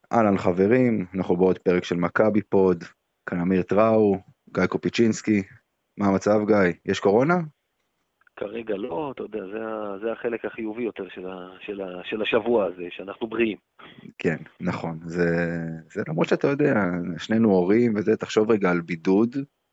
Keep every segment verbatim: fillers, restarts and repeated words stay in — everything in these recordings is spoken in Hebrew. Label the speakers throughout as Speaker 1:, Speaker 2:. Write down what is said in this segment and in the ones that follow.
Speaker 1: אהלן חברים, אנחנו בעוד פרק של מכבי פוד, כאן אמיר טראו, גיא קופיצ'ינסקי. מה המצב גיא? יש קורונה?
Speaker 2: כרגע לא, אתה יודע, זה, ה- זה החלק החיובי יותר של, ה, של, ה, של השבוע הזה, שאנחנו בריאים.
Speaker 1: כן, נכון, זה, זה למרות שאתה יודע, שנינו הורים וזה, תחשוב רגע על בידוד,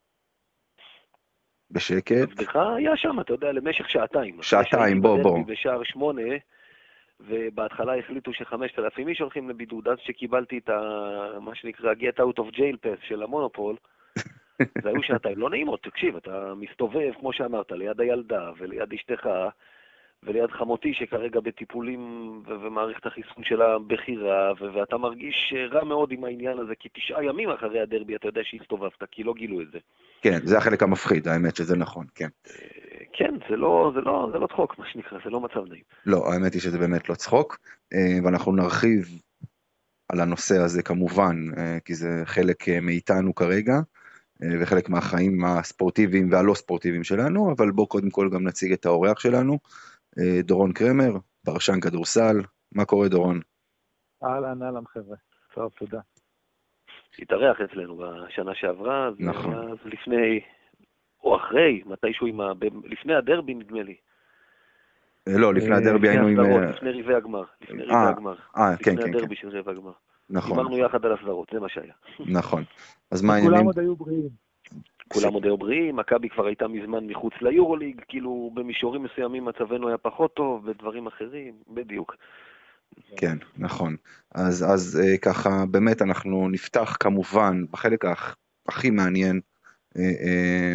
Speaker 1: בשקט,
Speaker 2: עבדך היה שם, אתה יודע, למשך שעתיים. אחרי שהייתי
Speaker 1: שעתיים, בוא בוא.
Speaker 2: בדרבי בשער שמונה, ובהתחלה החליטו שחמשת אלפים איש הולכים לבידוד, אז שקיבלתי את ה, מה שנקרא get out of jail pass של המונופול, זה היו שעתיים לא נעימות. תקשיב, אתה מסתובב, כמו שאמרת, ליד הילדה וליד אשתך, וליד חמותי שכרגע בטיפולים ו- ומערכת החיסון שלה בחירה, ו- ואתה מרגיש רע מאוד עם העניין הזה, כי תשעה ימים אחרי הדרבי אתה יודע שהסתובבת, כי לא גילו את זה.
Speaker 1: כן, זה החלק המפחיד, האמת שזה נכון, כן.
Speaker 2: אה, כן, זה לא, זה לא, זה לא צחוק, מה שנקרא, זה לא מצב נעים.
Speaker 1: לא, האמת היא שזה באמת לא צחוק, אה, ואנחנו נרחיב על הנושא הזה כמובן, אה, כי זה חלק אה, מאיתנו כרגע, אה, וחלק מהחיים הספורטיביים והלא ספורטיביים שלנו, אבל בואו קודם כל גם נציג את האורח שלנו, אה, דורון קרמר, פרשן כדורסל. מה קורה דורון?
Speaker 3: אהלן, אהלן חבר'ה. טוב, תודה.
Speaker 2: התארח אצלנו בשנה שעברה, זה
Speaker 1: נכון.
Speaker 2: היה לפני, או אחרי, מתישהו עם ה... ב- לפני הדרבי נדמה לי.
Speaker 1: אה, לא, לפני
Speaker 3: אה,
Speaker 1: הדרבי
Speaker 2: לפני
Speaker 1: היינו עם...
Speaker 2: הסדרות,
Speaker 1: אה,
Speaker 2: לפני רבעי הגמר. לפני רבעי
Speaker 1: אה,
Speaker 2: הגמר.
Speaker 1: אה, כן,
Speaker 2: לפני
Speaker 1: כן, כן.
Speaker 2: הדרבי של רבעי הגמר.
Speaker 1: נכון,
Speaker 2: הימרנו יחד על הסדרות, זה מה שהיה.
Speaker 1: נכון. אז מה
Speaker 3: וכולם
Speaker 1: העניינים?
Speaker 3: עוד היו בריאים.
Speaker 2: כולם עוד היו בריאים, מכבי כבר הייתה מזמן מחוץ ליורוליג, כאילו במישורים מסוימים מצבנו היה פחות טוב, בדברים אחרים, בדיוק.
Speaker 1: כן, נכון. אז, אז אה, ככה, באמת אנחנו נפתח כמובן בחלק הכ- הכי מעניין, אה, אה,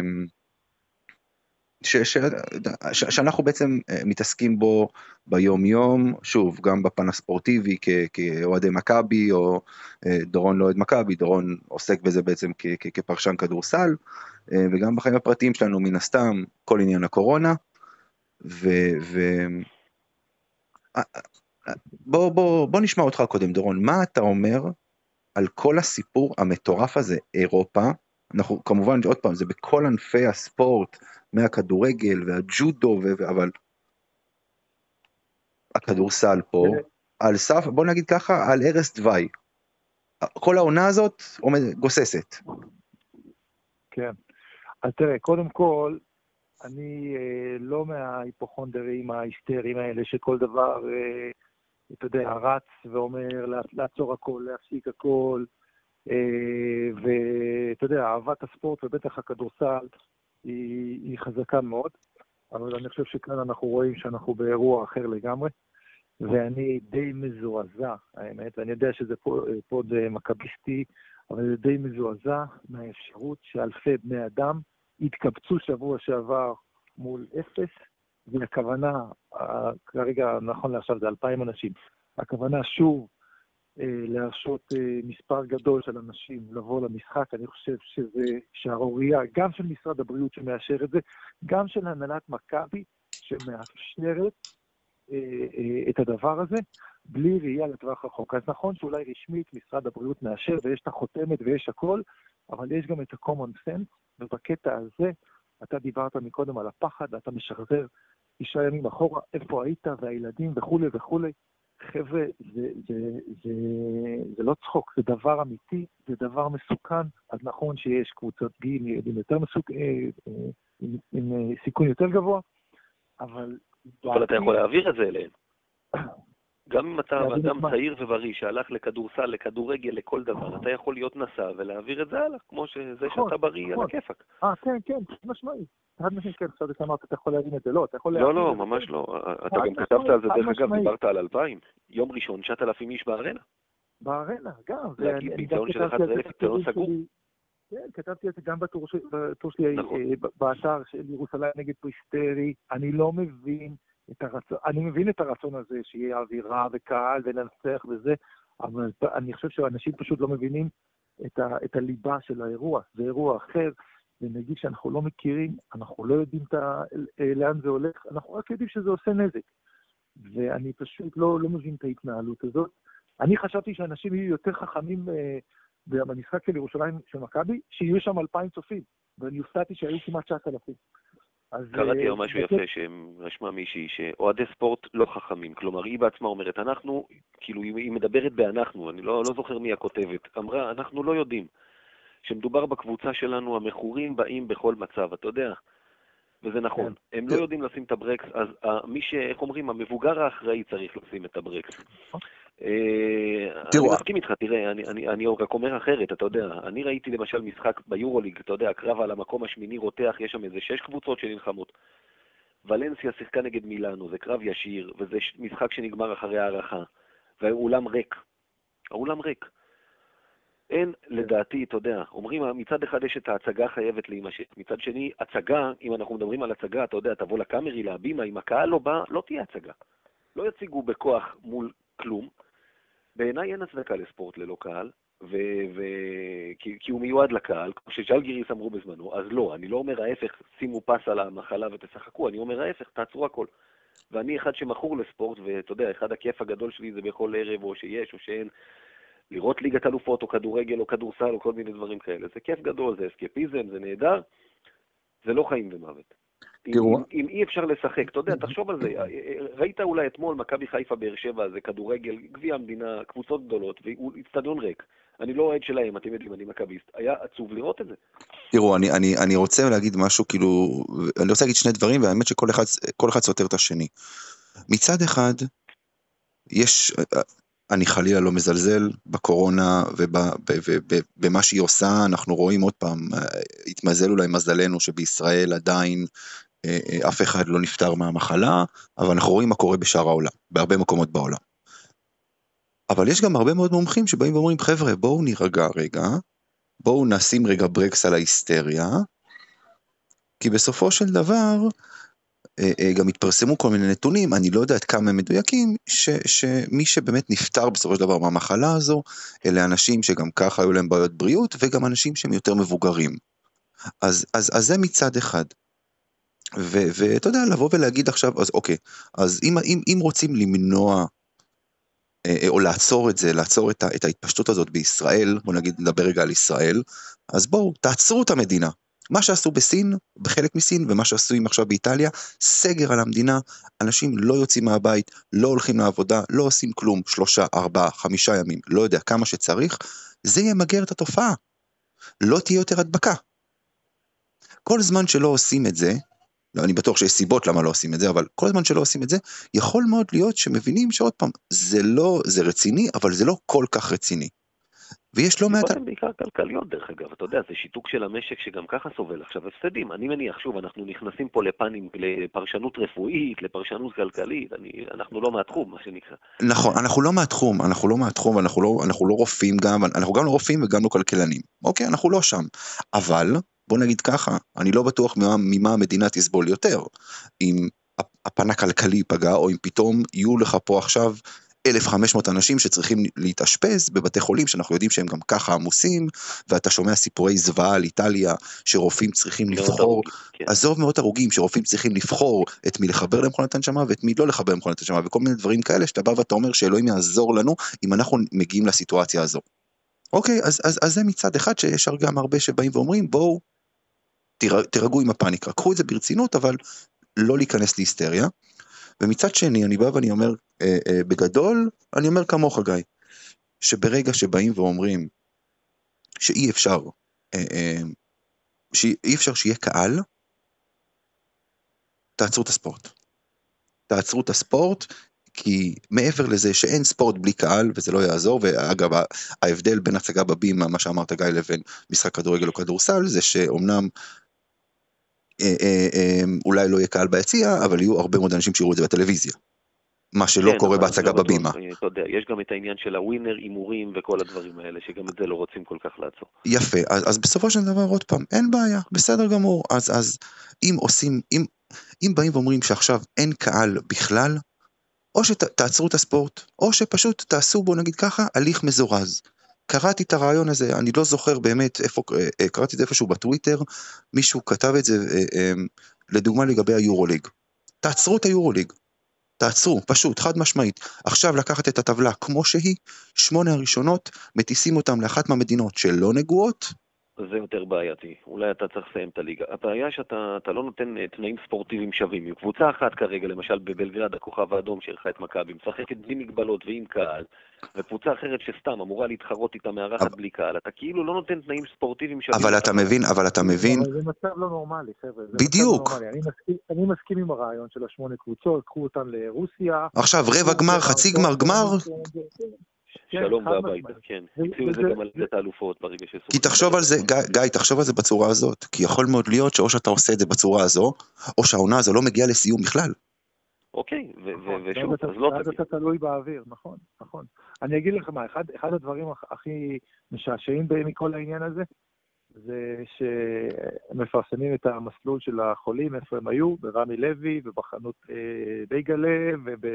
Speaker 1: ש, ש, ש, שאנחנו בעצם אה, מתעסקים בו ביום יום, שוב, גם בפן הספורטיבי כ, כאוהדי מכבי, או אה, דורון לא אוהד מכבי, דורון עוסק בזה בעצם כ, כ, כפרשן כדורסל, אה, וגם בחיים הפרטיים שלנו מן הסתם, כל עניין הקורונה, ו... ו אה, אה, בוא, בוא, בוא נשמע אותך קודם דורון, מה אתה אומר על כל הסיפור המטורף הזה, אירופה? אנחנו כמובן, עוד פעם, זה בכל ענפי הספורט, מהכדורגל והג'ודו, ו- אבל הכדורסל פה,
Speaker 3: תראה,
Speaker 1: על סף, בוא נגיד ככה, על ערש דווי. כל העונה הזאת עומד, גוססת.
Speaker 3: כן. אז תראה, קודם כל, אני אה, לא מההיפוכונדרים ההיסטריים האלה שכל דבר, אה, אתה יודע, רץ ואומר לעצ- לעצור הכל, להפסיק הכל, אה, ואתה יודע, אהבת הספורט ובטח הכדורסל היא, היא חזקה מאוד, אבל אני חושב שכאן אנחנו רואים שאנחנו באירוע אחר לגמרי. ואני די מזועזע, האמת, ואני יודע שזה פה, פה זה מכביסטי, אבל זה די מזועזע מהאפשרות שאלפי בני אדם התקבצו שבוע שעבר מול אפס, והכוונה, אה, כרגע נכון לעכשיו זה אלפיים אנשים, הכוונה שוב אה, להרשות אה, מספר גדול של אנשים לבוא למשחק. אני חושב שזה שערורייה, גם של משרד הבריאות שמאשר את זה, גם של הנהלת מכבי שמאפשרת אה, אה, את הדבר הזה, בלי ראייה לטווח רחוק. אז נכון שאולי רשמית משרד הבריאות מאשר ויש את החותמת ויש הכל, אבל יש גם את ה-common sense, ובקטע הזה אתה דיברת מקודם על הפחד, אתה משחזר תשעה ימים אחורה, איפה היית והילדים וכולי וכולי. חבר'ה, זה, זה, זה, זה לא צחוק, זה דבר אמיתי, זה דבר מסוכן. אז נכון שיש קבוצות גיל, ילדים יותר מסוכ... אה, אה, עם, עם אה, סיכון יותר גבוה, אבל
Speaker 2: אבל אתה יכול להעביר את זה אליהם. גם אם אתה
Speaker 3: להבין את
Speaker 2: אדם
Speaker 3: מה?
Speaker 2: צעיר ובריא שהלך לכדורסל, לכדורגל, לכל דבר, אתה יכול להיות נשא ולהעביר את זה הלאה, כמו שזה
Speaker 3: נכון,
Speaker 2: שאתה בריא על
Speaker 3: נכון.
Speaker 2: הכיפק.
Speaker 3: אה, כן, כן, חד משמעית. חד משמעית, כן, עכשיו אתה אמרת, אתה יכול להבין את זה. לא, אתה יכול
Speaker 2: לא,
Speaker 3: להעביר
Speaker 2: לא,
Speaker 3: את זה.
Speaker 2: ממש לא. אתה
Speaker 3: חד
Speaker 2: גם כתבת
Speaker 3: משמעית,
Speaker 2: על זה,
Speaker 3: חד
Speaker 2: דרך אגב,
Speaker 3: משמעית.
Speaker 2: דיברת על אלפיים. יום ראשון, תשעת אלפים איש בארנה.
Speaker 3: בארנה, גם.
Speaker 2: להגיד
Speaker 3: ואני גם
Speaker 2: ביזיון של
Speaker 3: כתבתי על
Speaker 2: אחד עשר
Speaker 3: זה
Speaker 2: אלף איצטדיון
Speaker 3: בטורים
Speaker 2: סגור.
Speaker 3: שלי. כן, כתבתי על זה גם בטור ש- בטור שלי
Speaker 2: נכון.
Speaker 3: אה, ב- באתר של ירושלים נגד פריסטרי. אני לא מבין את הרצון, אני מבין את הרצון הזה שיהיה אווירה וקהל וננצח וזה, אבל אני חושב שאנשים פשוט לא מבינים את, ה, את הליבה של האירוע. זה אירוע אחר, ונגיד שאנחנו לא מכירים, אנחנו לא יודעים את ה, לאן זה הולך, אנחנו רק יודעים שזה עושה נזק. ואני פשוט לא, לא מבין את ההתנהלות הזאת. אני חשבתי שאנשים יהיו יותר חכמים אה, במשחק של ירושלים של מכבי, שיהיו שם אלפיים צופים, ואני הופתעתי שהיו כמעט תשעת אלפים.
Speaker 2: קראתי היום משהו יפה שרשמה מישהי, שאוהדי ספורט לא חכמים, כלומר היא בעצמה אומרת, אנחנו, כאילו היא מדברת באנחנו, אני לא, לא זוכר מי הכותבת, אמרה, אנחנו לא יודעים, שמדובר בקבוצה שלנו, המכורים באים בכל מצב, אתה יודע, וזה נכון, הם לא יודעים לשים את הברקס, אז מי ש, איך אומרים, המבוגר האחראי צריך לשים את הברקס. אני מסכים איתך, תראה, אני, אני, אני רק אומר אחרת, אתה יודע, אני ראיתי למשל משחק ביורוליג, אתה יודע, הקרב על המקום השמיני רותח, יש שם איזה שש קבוצות שנלחמות. ולנסיה שיחקה נגד מילאנו, זה קרב ישיר, וזה משחק שנגמר אחרי הערכה, והאולם ריק. האולם ריק. אין, לדעתי, אתה יודע, אומרים, מצד אחד יש את ההצגה חייבת להימשך, מצד שני, הצגה, אם אנחנו מדברים על הצגה, אתה יודע, תבוא לקאמרי, להבימה, אם הקהל לא בא, לא תהיה הצגה. לא יציגו בכוח מול כלום. בעיניי אין הצדקה לספורט ללא קהל, ו- ו- כי, כי הוא מיועד לקהל, כמו שג'לגיריס אמרו בזמנו, אז לא, אני לא אומר ההפך, שימו פס על המחלה ותשחקו, אני אומר ההפך, תעצרו הכל. ואני אחד שמכור לספורט, ואתה יודע, אחד הכיף הגדול שלי זה בכל ערב, או שיש או שאין, לראות ליגת אלופות, או כדורגל, או כדורסל, או כל מיני דברים כאלה. זה כיף גדול, זה אסקפיזם, זה נהדר, זה לא חיים ומוות. אם, אם, אם אי אפשר לשחק, אתה יודע, תחשוב על זה, ראית אולי אתמול מכבי חיפה באר שבע, זה כדורגל, גביע המדינה, קבוצות גדולות, והוא אצטדיון ריק. אני לא אוהד שלהם, אתם יודעים, אני מכביסט. היה עצוב לראות את זה.
Speaker 1: תראו, אני, אני, אני רוצה להגיד משהו, כאילו, אני רוצה להגיד שני דברים, והאמת שכל אחד, כל אחד סותר את השני. מצד אחד, יש, אני חלילה לא מזלזל בקורונה ובמה שהיא עושה, אנחנו רואים עוד פעם, התמזל אולי מזלנו שבישראל עדיין אף אחד לא נפטר מהמחלה, אבל אנחנו רואים מה קורה בשאר העולם, בהרבה מקומות בעולם. אבל יש גם הרבה מאוד מומחים שבאים ואומרים, חבר'ה, בואו נירגע רגע, בואו נשים רגע ברקס על ההיסטריה, כי בסופו של דבר, גם התפרסמו כל מיני נתונים, אני לא יודע עד כמה הם מדויקים, ש, שמי שבאמת נפטר בסופו של דבר מהמחלה הזו, אלה אנשים שגם ככה היו להם בעיות בריאות, וגם אנשים שהם יותר מבוגרים. אז, אז, אז זה מצד אחד. ואתה יודע, לבוא ולהגיד עכשיו, אז אוקיי, אז אם, אם, אם רוצים למנוע, או לעצור את זה, לעצור את, את ההתפשטות הזאת בישראל, בוא נגיד, נדבר רגע על ישראל, אז בואו, תעצרו את המדינה. מה שעשו בסין, בחלק מסין, ומה שעשו עכשיו באיטליה, סגר על המדינה, אנשים לא יוצאים מהבית, לא הולכים לעבודה, לא עושים כלום, שלושה, ארבעה, חמישה ימים, לא יודע כמה שצריך, זה ימגר את התופעה. לא תהיה יותר הדבקה. כל זמן שלא עושים את זה, לא, אני בטוח שיש סיבות למה לא עושים את זה, אבל כל זמן שלא עושים את זה, יכול מאוד להיות שמבינים שעוד פעם, זה לא, זה רציני, אבל זה לא כל כך רציני. ויש לא מעט...
Speaker 2: סיבות הן בעיקר כלכליות דרך אגב, אתה יודע, זה שיתוק של המשק שגם ככה סובל. עכשיו, הפסדים, אני מניח, שוב, אנחנו נכנסים פה לפנים, לפרשנות רפואית, לפרשנות כלכלית, אני, אנחנו לא מהתחום, מה שנקרא.
Speaker 1: נכון, אנחנו לא מהתחום, אנחנו לא מהתחום, אנחנו לא, אנחנו לא רופאים גם, אנחנו גם לא רופאים וגם לא כלכלנים. אוקיי, אנחנו לא שם. אבל, בוא נגיד ככה, אני לא בטוח ממה, ממה המדינה תסבול יותר. אם הפן הכלכלי ייפגע, או אם פתאום יהיו לך פה עכשיו אלף וחמש מאות אנשים שצריכים להתאשפז בבתי חולים, שאנחנו יודעים שהם גם ככה עמוסים, ואתה שומע סיפורי זוועה על איטליה, שרופאים צריכים לבחור, כן. עזוב מאות הרוגים, שרופאים צריכים לבחור את מי לחבר למכונת הנשמה, ואת מי לא לחבר למכונת הנשמה, וכל מיני דברים כאלה, שאתה בא ואתה אומר שאלוהים יעזור לנו, אם אנחנו מגיעים לסיטואציה הזו. אוקיי, אז, אז, אז זה מצד אחד, שיש גם הרבה שבאים ואומרים, בואו, תירגעו עם הפאניקה, קחו את זה ברצינות, אבל לא להיכנס להיסטריה. ומצד שני, אני בא ואני אומר, אה, אה, בגדול, אני אומר כמוך גיא, שברגע שבאים ואומרים, שאי אפשר, אה, אה, שאי אפשר שיהיה קהל, תעצרו את הספורט. תעצרו את הספורט, כי מעבר לזה שאין ספורט בלי קהל, וזה לא יעזור, ואגב, ההבדל בין הצגה בבימה, מה שאמרת גיא, לבין משחק כדורגל או כדורסל, זה שאומנם, אולי לא יהיה קהל ביציע, אבל יהיו הרבה מאוד אנשים שיראו את זה בטלוויזיה. מה שלא קורה בהצגה בבימה.
Speaker 2: אתה יודע, יש גם את העניין של הווינר, אימורים וכל הדברים האלה, שגם את זה לא רוצים כל כך לעצור.
Speaker 1: יפה, אז, אז בסופו של דבר עוד פעם, אין בעיה, בסדר גמור. אז, אז אם עושים, אם, אם באים ואומרים שעכשיו אין קהל בכלל, או שתעצרו את הספורט, או שפשוט תעשו, בוא נגיד ככה, הליך מזורז. קראתי את הרעיון הזה, אני לא זוכר באמת איפה, קראתי את זה איפשהו בטוויטר, מישהו כתב את זה, לדוגמה לגבי היורוליג. תעצרו את היורוליג. תעצרו, פשוט, חד משמעית. עכשיו לקחת את הטבלה כמו שהיא, שמונה הראשונות, מטיסים אותם לאחת מהמדינות שלא נגועות,
Speaker 2: זה יותר בעייתי. אולי אתה צריך לסיים את הליגה. הבעיה שאתה אתה לא נותן uh, תנאים ספורטיביים שווים. עם קבוצה אחת כרגע, למשל בבלגרד, הכוכב האדום שערכה את מכבי, משחקת בלי מגבלות ועם קהל, וקבוצה אחרת שסתם אמורה להתחרות איתה מארחת
Speaker 1: אבל-
Speaker 2: בלי קהל. אתה כאילו לא נותן תנאים ספורטיביים שווים.
Speaker 1: אבל אתה מבין, אבל אתה מבין,
Speaker 3: אבל זה מצב לא נורמלי, חבר'ה. זה
Speaker 1: בדיוק.
Speaker 3: מצב לא נורמלי. אני מסכים, אני מסכים עם הרעיון של השמונה קבוצות, קחו אותם לרוסיה.
Speaker 1: עכשיו רבע גמר, חצי גמר, גמר,
Speaker 2: שלום
Speaker 3: חד
Speaker 2: והביתה,
Speaker 3: משמעית.
Speaker 2: כן.
Speaker 3: ו-
Speaker 2: הציעו את זה
Speaker 3: וזה-
Speaker 2: גם על ליגת האלופות ברגע שסוכם.
Speaker 1: כי תחשוב על זה, גיא, גיא, תחשוב על זה בצורה הזאת, כי יכול מאוד להיות שאו שאתה עושה את זה בצורה הזו, או שהעונה הזו לא מגיעה לסיום בכלל.
Speaker 2: אוקיי, ו- ו-
Speaker 3: ואז
Speaker 2: ושוב,
Speaker 3: אתה-
Speaker 2: אז לא
Speaker 3: ואז
Speaker 2: תגיד.
Speaker 3: אתה תלוי באוויר, נכון, נכון. אני אגיד לך מה, אחד, אחד הדברים הכ- הכי משעשעים ב- מכל העניין הזה, זה שמפרסמים את המסלול של החולים, איפה הם היו, ברמי לוי ובחנות אה, בייגלה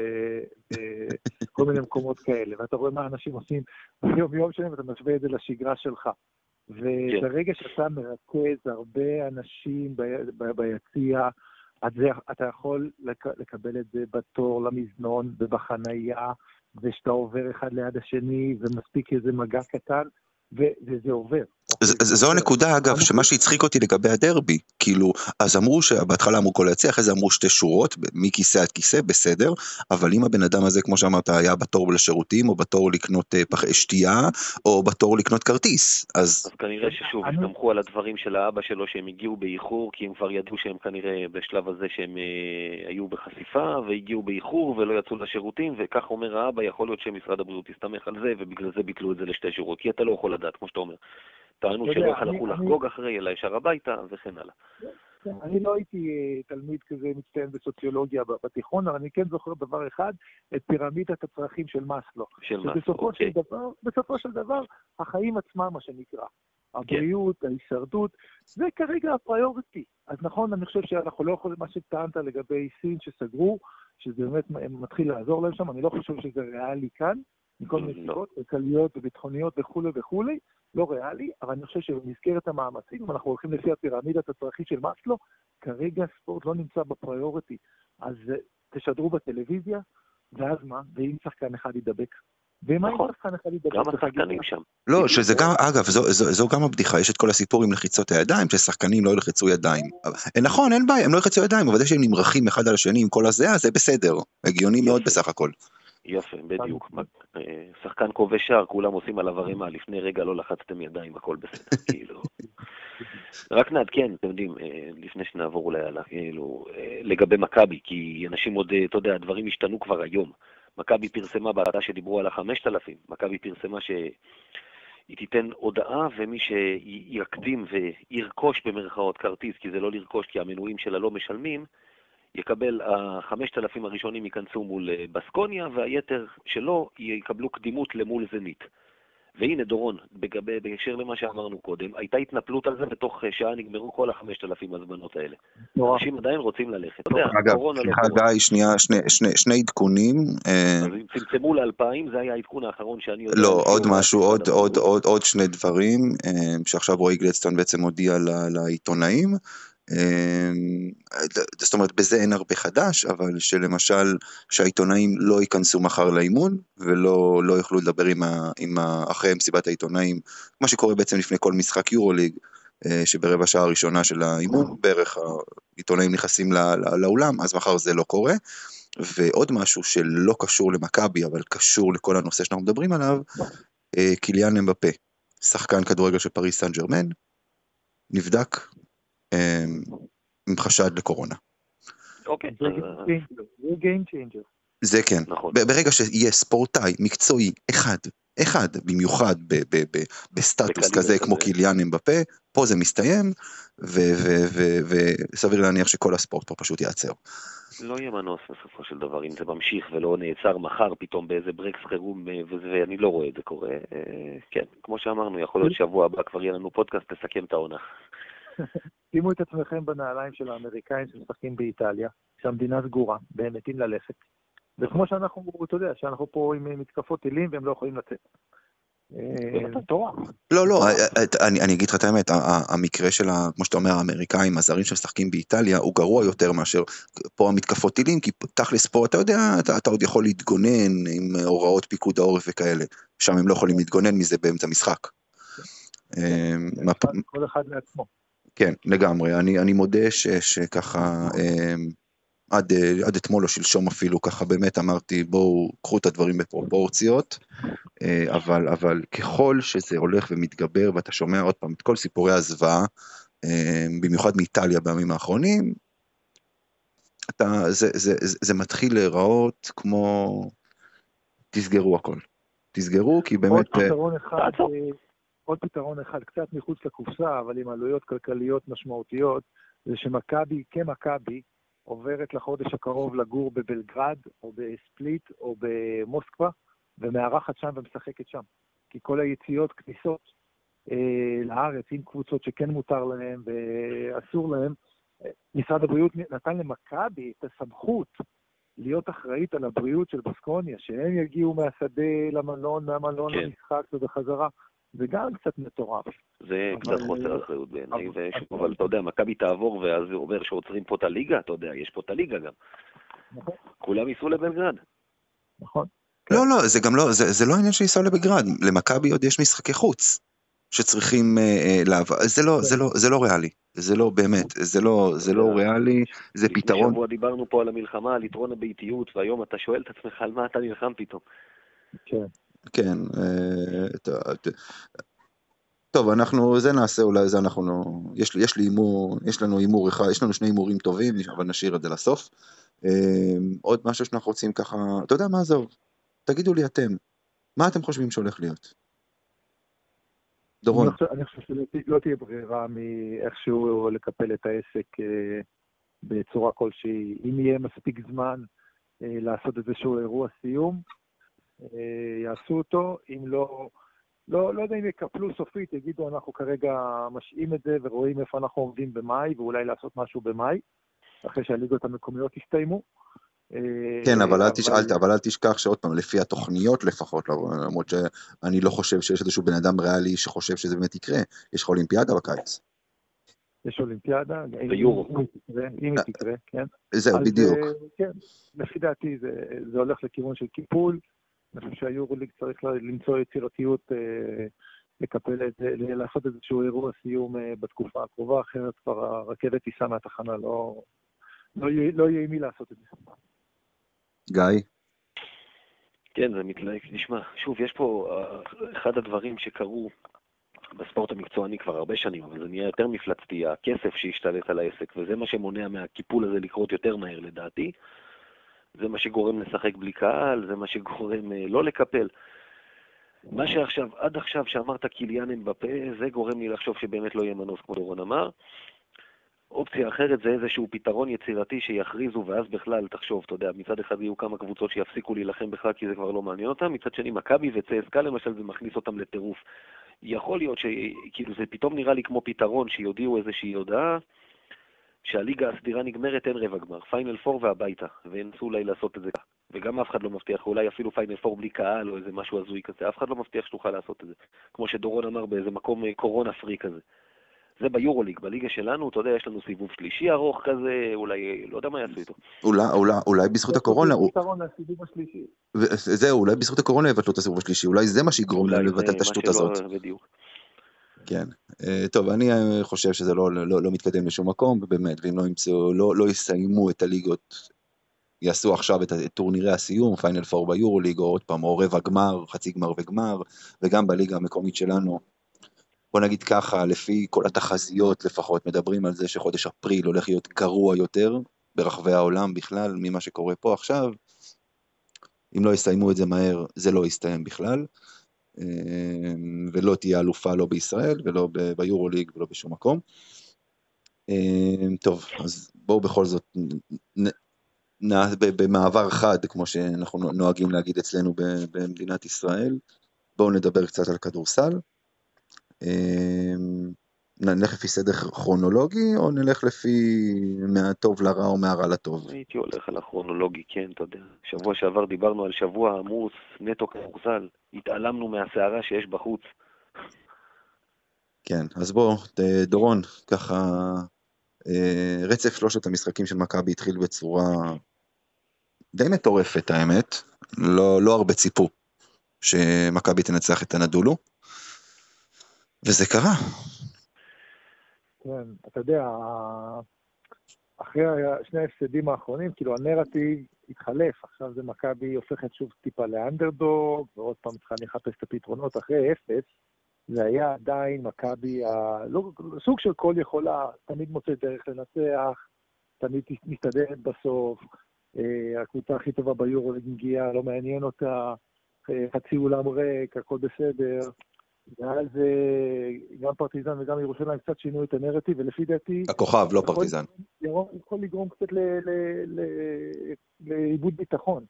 Speaker 3: ובכל מיני מקומות כאלה. ואתה רואה מה אנשים עושים ביום יום שלהם, ואתה משווה את זה לשגרה שלך. וברגע שאתה מרכז הרבה אנשים ב- ב- ביציע, אז זה, אתה יכול לק- לקבל את זה בתור למזנון ובחנייה, ושאתה עובר אחד ליד השני, ומספיק איזה מגע קטן, ו- וזה עובר.
Speaker 1: ז- ז- זו הנקודה אגב, שמה שהצחיק אותי לגבי הדרבי, כאילו, אז אמרו שבהתחלה אמרו כל היציע, אחרי זה אמרו שתי שורות, מכיסא עד כיסא, בסדר, אבל אם הבן אדם הזה, כמו שאמרת, היה בתור לשירותים, או בתור לקנות אה, פח שתייה, או בתור לקנות כרטיס, אז
Speaker 2: אז כנראה ששוב,
Speaker 3: אני-
Speaker 2: הסתמכו על הדברים של האבא שלו שהם הגיעו באיחור, כי הם כבר ידעו שהם כנראה בשלב הזה שהם אה, היו בחשיפה, והגיעו באיחור ולא יצאו לשירותים, וכך אומר האבא, יכול להיות שמשרד הבריאות יסתמך על זה, ובגלל זה ביטלו את זה לשתי שורות, כי אתה לא יכול לדעת, כמו שאתה אומר. טענו
Speaker 3: אתה
Speaker 2: שלא
Speaker 3: יודע,
Speaker 2: הלכו
Speaker 3: אני-
Speaker 2: לחגוג אחרי, אלא ישר הביתה, וכן הלאה.
Speaker 3: אני לא הייתי אה, תלמיד כזה מצטיין בסוציולוגיה ב- בתיכון, אבל אני כן זוכר דבר אחד, את פירמידת הצרכים של מאסלו.
Speaker 2: של מה?
Speaker 3: שבסופו של
Speaker 2: אוקיי.
Speaker 3: דבר, בסופו של דבר, החיים עצמם, מה שנקרא. הבריאות, ההישרדות, זה כרגע הפריוריטי. אז נכון, אני חושב שאנחנו לא יכולים, מה שטענת לגבי סין שסגרו, שזה באמת מתחיל לעזור להם שם, אני לא חושב שזה ריאלי כאן, מכל מיני
Speaker 2: לא.
Speaker 3: סיבות, כלכליות וביטחוניות וכולי וכולי, לא ריאלי, אבל אני חושב שבמסגרת המאמצים, אם אנחנו הולכים לפי הפירמידת הצרכים של מאסלו, כרגע הספורט לא נמצא בפריוריטי. אז אה, תשדרו בטלוויזיה, ואז מה? ואם שחקן אחד ידבק? ומה אם
Speaker 2: נכון.
Speaker 3: שחקן אחד ידבק?
Speaker 2: גם
Speaker 3: בחגיגה?
Speaker 2: השחקנים שם.
Speaker 1: לא, שזה גם, אגב, זו, זו, זו גם הבדיחה, יש את כל הסיפור עם לחיצות הידיים, ששחקנים לא ילחצו ידיים. אה, נכון, אין בעיה, הם לא ילחצו ידיים, אבל זה שהם נמרחים אחד על השני עם כל הזה, אז זה בסדר, הגיוני מאוד
Speaker 2: יופי.
Speaker 1: בסך הכל.
Speaker 2: יפה, בדיוק. אה, שחקן כובש שער, כולם עושים עליו ערימה, לפני רגע לא לחצתם ידיים, הכל בסדר, כאילו. רק נעדכן, אתם יודעים, אה, לפני שנעבור אולי הלאה, כאילו, אה, לגבי מכבי, כי אנשים עוד, אה, אתה יודע, הדברים השתנו כבר היום. מכבי פרסמה בהרדה שדיברו על ה-חמשת אלפים, מכבי פרסמה שהיא תיתן הודעה, ומי שיקדים וירכוש במרכאות כרטיס, כי זה לא לרכוש, כי המנויים שלה לא משלמים, יקבל, ה-חמשת אלפים הראשונים ייכנסו מול אה, בסקוניה, והיתר שלו יקבלו קדימות למול זנית. והנה דורון, בגבי, בהקשר למה שאמרנו קודם, הייתה התנפלות על זה, בתוך אה, שעה נגמרו כל ה-חמשת אלפים הזמנות האלה.
Speaker 3: נורא.
Speaker 2: אנשים עדיין רוצים ללכת. אתה יודע,
Speaker 1: אגב,
Speaker 2: קורונה לא
Speaker 1: סליחה
Speaker 2: קורונה.
Speaker 1: גיא, שנייה, שני, שני, שני עדכונים, אה,
Speaker 2: אז אם צמצמו ל-אלפיים, זה היה העדכון האחרון שאני יודע.
Speaker 1: לא,
Speaker 2: לפי
Speaker 1: עוד
Speaker 2: הוראת
Speaker 1: משהו,
Speaker 2: משרד
Speaker 1: עוד, עוד,
Speaker 2: הבריאות.
Speaker 1: עוד, עוד שני דברים, אה, שעכשיו רועי גלדסטון בעצם הודיע ל- לעיתונאים, אה, זאת אומרת, בזה אין הרבה חדש, אבל שלמשל, שהעיתונאים לא ייכנסו מחר לאימון, ולא לא יוכלו לדבר עם ה, עם ה, אחרי מסיבת העיתונאים, מה שקורה בעצם לפני כל משחק יורוליג, אה, שברבע שעה הראשונה של האימון, בערך העיתונאים נכנסים ל- ל- לאולם, אז מחר זה לא קורה. ועוד משהו שלא קשור למכבי, אבל קשור לכל הנושא שאנחנו מדברים עליו, אה, קיליאן אמבפה, שחקן כדורגל של פריס סן ז'רמן, נבדק אה, עם חשד לקורונה.
Speaker 2: אוקיי,
Speaker 3: זה
Speaker 2: אז,
Speaker 3: game changer, זה game changer.
Speaker 1: זה כן.
Speaker 2: נכון.
Speaker 1: ב- ברגע שיהיה ספורטאי מקצועי אחד, אחד, במיוחד ב- ב- ב- בסטטוס
Speaker 2: בקליבר
Speaker 1: כזה כמו
Speaker 2: כזה.
Speaker 1: קיליאן אמבפה, פה זה מסתיים, ו- ו- ו- וסביר להניח שכל הספורט פה פשוט ייעצר.
Speaker 2: לא יהיה מנוס בסופו של דבר, אם זה ממשיך ולא נעצר מחר פתאום באיזה ברקס חירום, אה, וזה- ואני לא רואה את זה קורה. אה, כן, כמו שאמרנו, יכול להיות שבוע הבא כבר יהיה לנו פודקאסט, תסכם את העונה.
Speaker 3: שימו את עצמכם בנעליים של האמריקאים שמשחקים באיטליה, שהמדינה סגורה, והם מתים ללכת. וכמו שאנחנו, אתה יודע, שאנחנו פה עם מתקפות טילים והם לא יכולים לצאת. אה, זה תורה.
Speaker 1: לא, לא, אני, אני אגיד לך את האמת, ה- ה- המקרה של, ה- כמו שאתה אומר, האמריקאים, הזרים שמשחקים באיטליה, הוא גרוע יותר מאשר פה המתקפות טילים, כי תכלס פה, אתה יודע, אתה, אתה עוד יכול להתגונן עם הוראות פיקוד העורף וכאלה, שם הם לא יכולים להתגונן מזה באמצע משחק.
Speaker 3: כל אחד לעצמו.
Speaker 1: כן, לגמרי. אני, אני מודה ש, שככה, עד, עד אתמול או שלשום אפילו, ככה באמת אמרתי, בואו, קחו את הדברים בפרופורציות, אבל, אבל ככל שזה הולך ומתגבר, ואתה שומע עוד פעם את כל סיפורי הזוועה, במיוחד מאיטליה בימים האחרונים, אתה, זה, זה, זה, זה מתחיל להיראות כמו, תסגרו הכל. תסגרו, כי באמת...
Speaker 3: עוד פתרון אחד, עוד פתרון אחד, קצת מחוץ לקופסה, אבל עם עלויות כלכליות משמעותיות, זה שמכבי, כמכבי, עוברת לחודש הקרוב לגור בבלגרד, או בספליט, או במוסקבה, ומארחת שם ומשחקת שם. כי כל היציאות, כניסות אה, לארץ, עם קבוצות שכן מותר להם ואסור להם, משרד הבריאות נתן למכבי את הסמכות להיות אחראית על הבריאות של בסקוניה, שהם יגיעו מהשדה למלון, מהמלון כן. למשחק ובחזרה. זה גם קצת מטורף.
Speaker 2: זה קצת חוסר אחריות בעיניי, אבל אתה יודע, מכבי תעבור ואז זה אומר שעוצרים פה את הליגה, אתה יודע, יש פה את הליגה גם. כולם ייסעו לבלגרד.
Speaker 3: נכון.
Speaker 1: לא, לא, זה גם לא, זה לא העניין שייסעו לבלגרד, למכבי עוד יש משחקי חוץ, שצריכים לעבור, זה לא, זה לא, זה לא ריאלי, זה לא באמת, זה לא, זה לא ריאלי, זה פתרון.
Speaker 2: לפני שבוע דיברנו פה על המלחמה, על יתרון הביתיות, והיום אתה שואל את עצמך על מה אתה נלחם פתאום.
Speaker 3: כן.
Speaker 1: כן, טוב, אנחנו, זה נעשה, אולי זה אנחנו, יש, יש לי אימור, יש לנו אימור אחד, יש לנו שני אימורים טובים, אבל נשאיר את זה לסוף. עוד משהו שאנחנו רוצים ככה, אתה יודע מה, זהו, תגידו לי אתם, מה אתם חושבים שהולך להיות? דורון.
Speaker 3: אני חושב שלא תהיה ברירה מאיכשהו לקפל את העסק בצורה כלשהי, אם יהיה מספיק זמן לעשות איזשהו אירוע סיום, יעשו אותו, אם לא, לא, לא יודע אם יקפלו סופית, יגידו אנחנו כרגע משאים את זה ורואים איפה אנחנו עומדים במאי, ואולי לעשות משהו במאי, אחרי שהליגות המקומיות יסתיימו.
Speaker 1: כן, אבל אל תשכח, אבל אל תשכח שעוד פעם, לפי התוכניות לפחות, למרות שאני לא חושב שיש איזשהו בן אדם ריאלי שחושב שזה באמת יקרה, יש לך אולימפיאדה בקיץ.
Speaker 3: יש אולימפיאדה,
Speaker 2: ביורו.
Speaker 3: אם היא תקרה, כן.
Speaker 1: זהו, בדיוק.
Speaker 3: כן, לפי דעתי זה הולך לכיוון של קיפול, אני חושב שהיורוליג צריך למצוא יצירתיות, לקפל את זה, לעשות איזשהו אירוע סיום בתקופה הקרובה, אחרת כבר הרכבת תיסע מהתחנה, לא, לא, לא יהיה מי לעשות את זה.
Speaker 1: גיא?
Speaker 2: כן, זה מתלהק, נשמע. שוב, יש פה אחד הדברים שקרו בספורט המקצועני כבר הרבה שנים, אבל זה נהיה יותר מפלצתי, הכסף שהשתלט על העסק, וזה מה שמונע מהקיפול הזה לקרות יותר מהר לדעתי. זה מה שגורם לשחק בלי קהל, זה מה שגורם לא לקפל. מה שעכשיו, עד עכשיו שאמרת קיליאן אמבפה, זה גורם לי לחשוב שבאמת לא יהיה מנוס כמו דורון אמר. אופציה אחרת זה איזשהו פתרון יצירתי שיכריזו, ואז בכלל תחשוב, אתה יודע, מצד אחד יהיו כמה קבוצות שיפסיקו להילחם בכלל כי זה כבר לא מעניין אותם, מצד שני מכבי וצסקה למשל זה מכניס אותם לטירוף. יכול להיות שכאילו זה פתאום נראה לי כמו פתרון שיודיעו איזושהי הודעה, שהליגה הסדירה נגמרת, אין רבע גמר, פיינל פור והביתה, וינסו אולי לעשות את זה. וגם אף אחד לא מבטיח, אולי אפילו פיינל פור בלי קהל או איזה משהו הזוי כזה, אף אחד לא מבטיח שתוכל לעשות את זה. כמו שדורון אמר באיזה מקום קורונה פרי כזה. זה ביורוליג, בליגה שלנו, אתה יודע, יש לנו סיבוב שלישי ארוך כזה, אולי, לא יודע מה יעשו איתו.
Speaker 1: אולי, אולי, אולי בזכות הקורונה,
Speaker 3: פתרון לסיבוב השלישי.
Speaker 1: זהו, אולי בזכות הקורונה יבטלו את הסיבוב השלישי, אולי זה מה שיגרום להם לבטל את השטות הזאת.
Speaker 2: בדיוק.
Speaker 1: כן, טוב, אני חושב שזה לא, לא, לא מתקדם לשום מקום, באמת, ואם לא ימצאו, לא, לא יסיימו את הליגות, יעשו עכשיו את טורנירי הסיום, פיינל פור ביורוליג, או עוד פעם, או רבע גמר, חצי גמר וגמר, וגם בליגה המקומית שלנו, בוא נגיד ככה, לפי כל התחזיות לפחות, מדברים על זה שחודש אפריל הולך להיות גרוע יותר, ברחבי העולם בכלל, ממה שקורה פה עכשיו, אם לא יסיימו את זה מהר, זה לא יסתיים בכלל, ולא תהיה אלופה לא בישראל, ולא ביורוליג, ולא בשום מקום. טוב, אז בואו בכל זאת, במעבר חד, כמו שאנחנו נוהגים להגיד אצלנו במדינת ישראל, בואו נדבר קצת על כדורסל. נלך לפי סדר כרונולוגי, או נלך לפי מהטוב לרע או מהרע לטוב?
Speaker 2: הייתי הולך על הכרונולוגי, כן, אתה יודע. שבוע שעבר דיברנו על שבוע עמוס, נטו כדורסל, התעלמנו מהסערה שיש בחוץ.
Speaker 1: כן, אז בוא, דורון, ככה, רצף שלושת המשחקים של מכבי התחיל בצורה די מטורפת, האמת. לא, לא הרבה ציפו שמכבי תנצח את הנדולו. וזה קרה.
Speaker 3: כן, אתה יודע, אחרי שני ההפסדים האחרונים, כאילו הנרטיב התחלף, עכשיו זה מכבי הופכת שוב טיפה לאנדרדוג, ועוד פעם צריכה לחפש את הפתרונות אחרי אפס, זה היה עדיין מכבי, ה... לא, סוג של כל יכולה, תמיד מוצא דרך לנצח, תמיד מסתדרת בסוף, הקבוצה הכי טובה ביורוליג מגיעה, לא מעניין אותה, חצי אולם ריק, הכל בסדר, ואז גם פרטיזן וגם ירושלים קצת שינו את הנרטיב, ולפי דעתי...
Speaker 1: הכוכב, לא פרטיזן.
Speaker 3: יכול לגרום קצת לאיבוד ביטחון.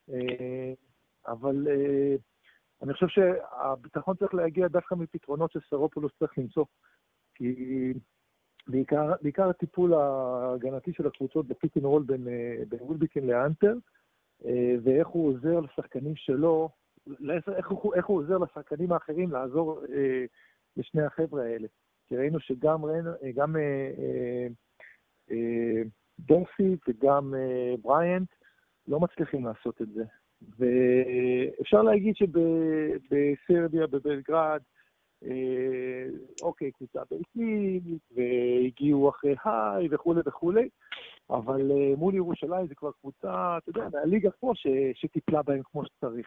Speaker 3: אבל אני חושב שהביטחון צריך להגיע דווקא מפתרונות שסרופולוס צריך למצוא. כי בעיקר, בעיקר הטיפול ההגנתי של הקבוצות בפיק אנד רול בין ווילבקין לאנטר, ואיך הוא עוזר לשחקנים שלו, איך הוא, איך הוא עוזר לשחקנים האחרים לעזור אה, לשני החבר'ה האלה. כי ראינו שגם גם, אה, אה, דורסי וגם אה, בריינט לא מצליחים לעשות את זה. ואפשר להגיד שבסרביה, בבלגרד, אה, אוקיי, קבוצה ביתית, והגיעו אחרי היי וכו' וכו', אבל אה, מול ירושלים זה כבר קבוצה, אתה יודע, מהליגה פה ש, שטיפלה בהם כמו שצריך.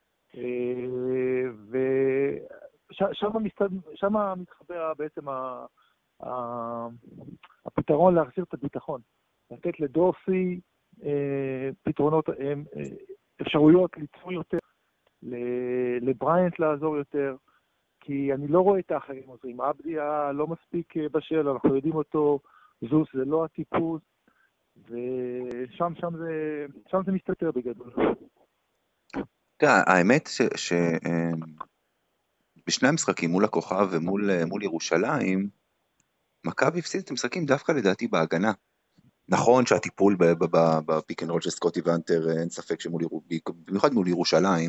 Speaker 3: ושם מתחבר בעצם הפתרון להחזיר את הביטחון, לתת לדורסי פתרונות, אפשרויות ליצור יותר, לבריינט לעזור יותר, כי אני לא רואה את האחרים עוזרים, אבדיה לא מספיק בשל, אנחנו יודעים אותו, זוס זה לא הטיפוס, ושם שם זה, שם זה מסתתר בגדול.
Speaker 1: האמת שבשני המשחקים מול הכוכב ומול ירושלים, מכבי הפסיד את המשחקים דווקא לדעתי בהגנה. נכון שהטיפול בפיק אנד רול של סקוטי ואנטר, אין ספק שבמיוחד מול ירושלים,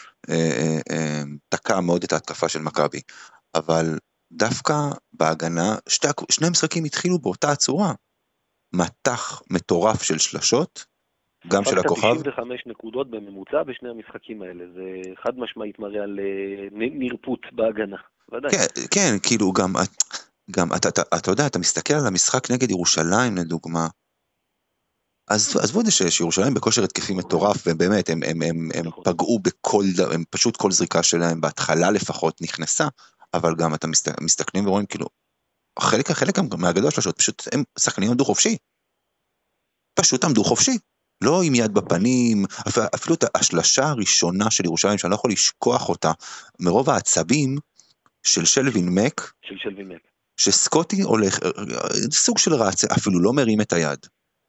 Speaker 1: תקע מאוד את ההתקפה של מכבי, אבל דווקא בהגנה, שני המשחקים התחילו באותה הצורה, מתח מטורף של שלשות, גם של הכוכב.
Speaker 2: תשעים וחמש נקודות בממוצע בשני המשחקים האלה, זה חד משמעית מראה על נרפות בהגנה, ודאי.
Speaker 1: כן, כן, כאילו גם, גם אתה, אתה, אתה יודע, אתה מסתכל על המשחק נגד ירושלים לדוגמה, אז עזבו את זה שירושלים בכושר התקפי מטורף, ובאמת הם, הם, הם, הם פגעו בכל, הם פשוט כל זריקה שלהם, בהתחלה לפחות נכנסה, אבל גם אתה מסתכלים ורואים כאילו, חלק, חלק מהגדול שלשות, פשוט הם שחקנים עמדו חופשי, פשוט עמדו חופשי. לא עם יד בפנים, אפילו את השלשה הראשונה של ירושלים, שאני לא יכול לשכוח אותה, מרוב העצבים של שלווין מק,
Speaker 2: של שלווין מק,
Speaker 1: שסקוטי הולך, סוג של רץ, אפילו לא מרים את היד.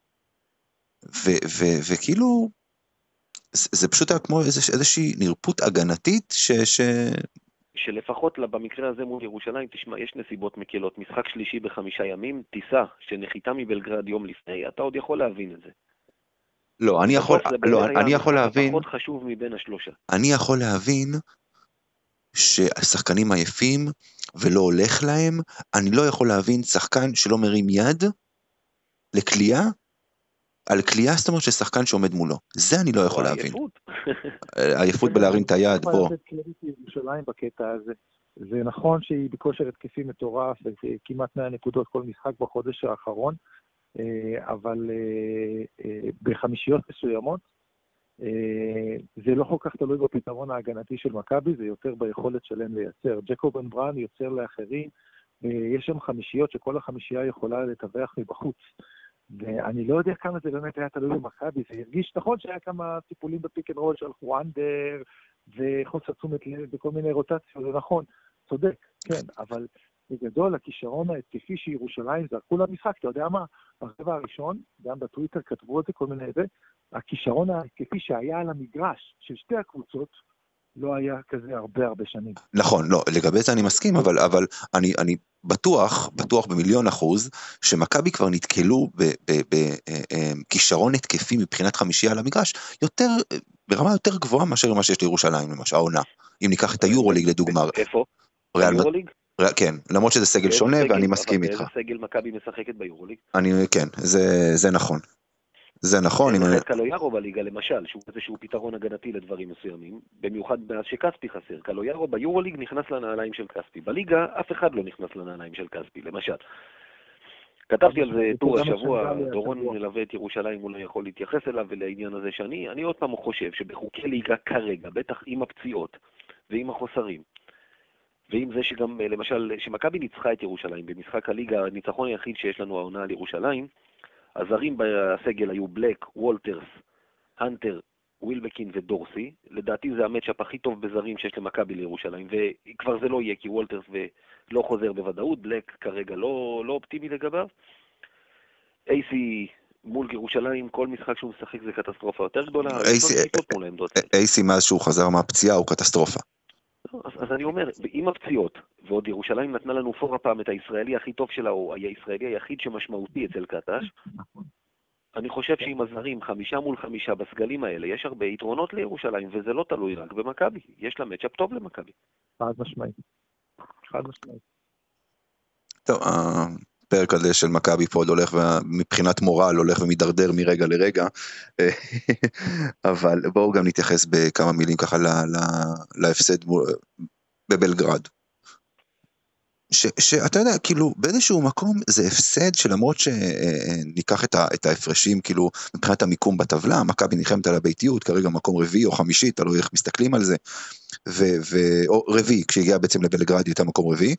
Speaker 1: וכאילו, זה פשוט היה כמו איזושהי נרפות הגנתית, ש...
Speaker 2: שלפחות במקרה הזה מול ירושלים, תשמע, יש נסיבות מקלות, משחק שלישי בחמישה ימים, טיסה שנחיתה מבלגרד יום לפני, אתה עוד יכול להבין את זה.
Speaker 1: לא, אני יכול, לא, אני יכול להבין,
Speaker 2: פחות חשוב מבין השלושה.
Speaker 1: אני יכול להבין שהשחקנים עייפים ולא הולך להם, אני לא יכול להבין שחקן שלא מרים יד לקליעה, על קליעה, זאת אומרת ששחקן שעומד מולו, זה אני לא יכול להבין.
Speaker 2: עייפות.
Speaker 1: עייפות בלהרים את היד, בוא.
Speaker 3: ירושלים בקטע הזה, זה נכון שהיא בכושר התקפי מטורף, כמעט מאה נקודות כל משחק בחודש האחרון, אבל בחמישיות מסוימות, זה לא כל כך תלוי בפתרון ההגנתי של מכבי, זה יותר ביכולת שלהם לייצר. ג'קובן ברן יוצר לאחרים, יש שם חמישיות שכל החמישייה יכולה לטווח מבחוץ, ואני לא יודע כמה זה באמת היה תלוי במכבי, זה הרגיש נכון שהיה כמה טיפולים בפיק אנד רול שהלכו אנדר, וחוסר תשומת לב וכל מיני רוטציות, זה נכון, צודק, כן, אבל בגדול, הכישרון ההתקפי שירושלים זרקו למשחק, אתה יודע מה, ברבע הראשון, גם בטוויטר כתבו את זה, כל מיני זה, הכישרון ההתקפי שהיה על המגרש של שתי הקבוצות, לא היה כזה הרבה הרבה שנים.
Speaker 1: נכון, לא, לגבי זה אני מסכים, אבל, אבל אני, אני בטוח, בטוח במיליון אחוז, שמכבי כבר נתקלו בכישרון התקפי מבחינת חמישייה על המגרש, יותר, ברמה יותר גבוהה מאשר מה שיש לירושלים, למשל, העונה. אם ניקח את היורוליג לדוגמה.
Speaker 2: איפה?
Speaker 1: היורוליג? כן, למרות שזה סגל שונה, ואני מסכים איתך.
Speaker 2: אבל באיזה סגל מכבי משחקת ביורוליג?
Speaker 1: אני, כן, זה, זה נכון. זה נכון.
Speaker 2: אין לך את קלויארו בליגה למשל, שהוא איזשהו פתרון הגנתי לדברים מסוימים, במיוחד מאז שכספי חסר. קלויארו ביורוליג נכנס לנעליים של כספי. בליגה אף אחד לא נכנס לנעליים של כספי, למשל. כתבתי על זה טור השבוע, דורון מלווה את ירושלים, אולי יכול להתייחס אליו ולעניין הזה שאני, אני עוד פעם חושב שבחוקי ליגה כרגע, בטח עם הפציעות ועם החוסרים, ועם זה שגם, למשל, שמכבי ניצחה את ירושלים במשחק הליגה, הניצחון היחיד שיש לנו העונה על ירושלים, הזרים בסגל היו בלק, וולטרס, הנטר, ווילבקין ודורסי. לדעתי זה המאצ'אפ הכי טוב בזרים שיש למכבי לירושלים, וכבר זה לא יהיה כי וולטרס ולא חוזר בוודאות, בלק כרגע לא, לא אופטימי לגביו. אייסי מול ירושלים, כל משחק שהוא משחק זה קטסטרופה יותר גדולה.
Speaker 1: אייסי מאז שהוא חזר מהפציעה הוא קטסטרופה.
Speaker 2: אז, אז אני אומר, עם הפציעות, ועוד ירושלים נתנה לנו פור הפעם את הישראלי הכי טוב שלה, או הישראלי היחיד שמשמעותי אצל קטש, אני חושב שעם הזרים, חמישה מול חמישה בסגלים האלה, יש הרבה יתרונות לירושלים, וזה לא תלוי רק במכבי. יש לה מצ'אפ טוב למכבי.
Speaker 3: חד משמעית. חד משמעית.
Speaker 1: טוב, הפרק הזה של מכבי פה הולך, מבחינת מורל, הולך ומדרדר מרגע לרגע, אבל בואו גם נתייחס בכמה מילים ככה להפסד בבלגרד. שאתה יודע, כאילו, באיזשהו מקום זה הפסד שלמרות שניקח את ההפרשים, כאילו, מבחינת המיקום בטבלה, מכבי נלחמת על הביתיות, כרגע מקום רביעי או חמישי, תלוי איך מסתכלים על זה, או רביעי, כשהגיע בעצם לבלגרד הייתה מקום רביעי,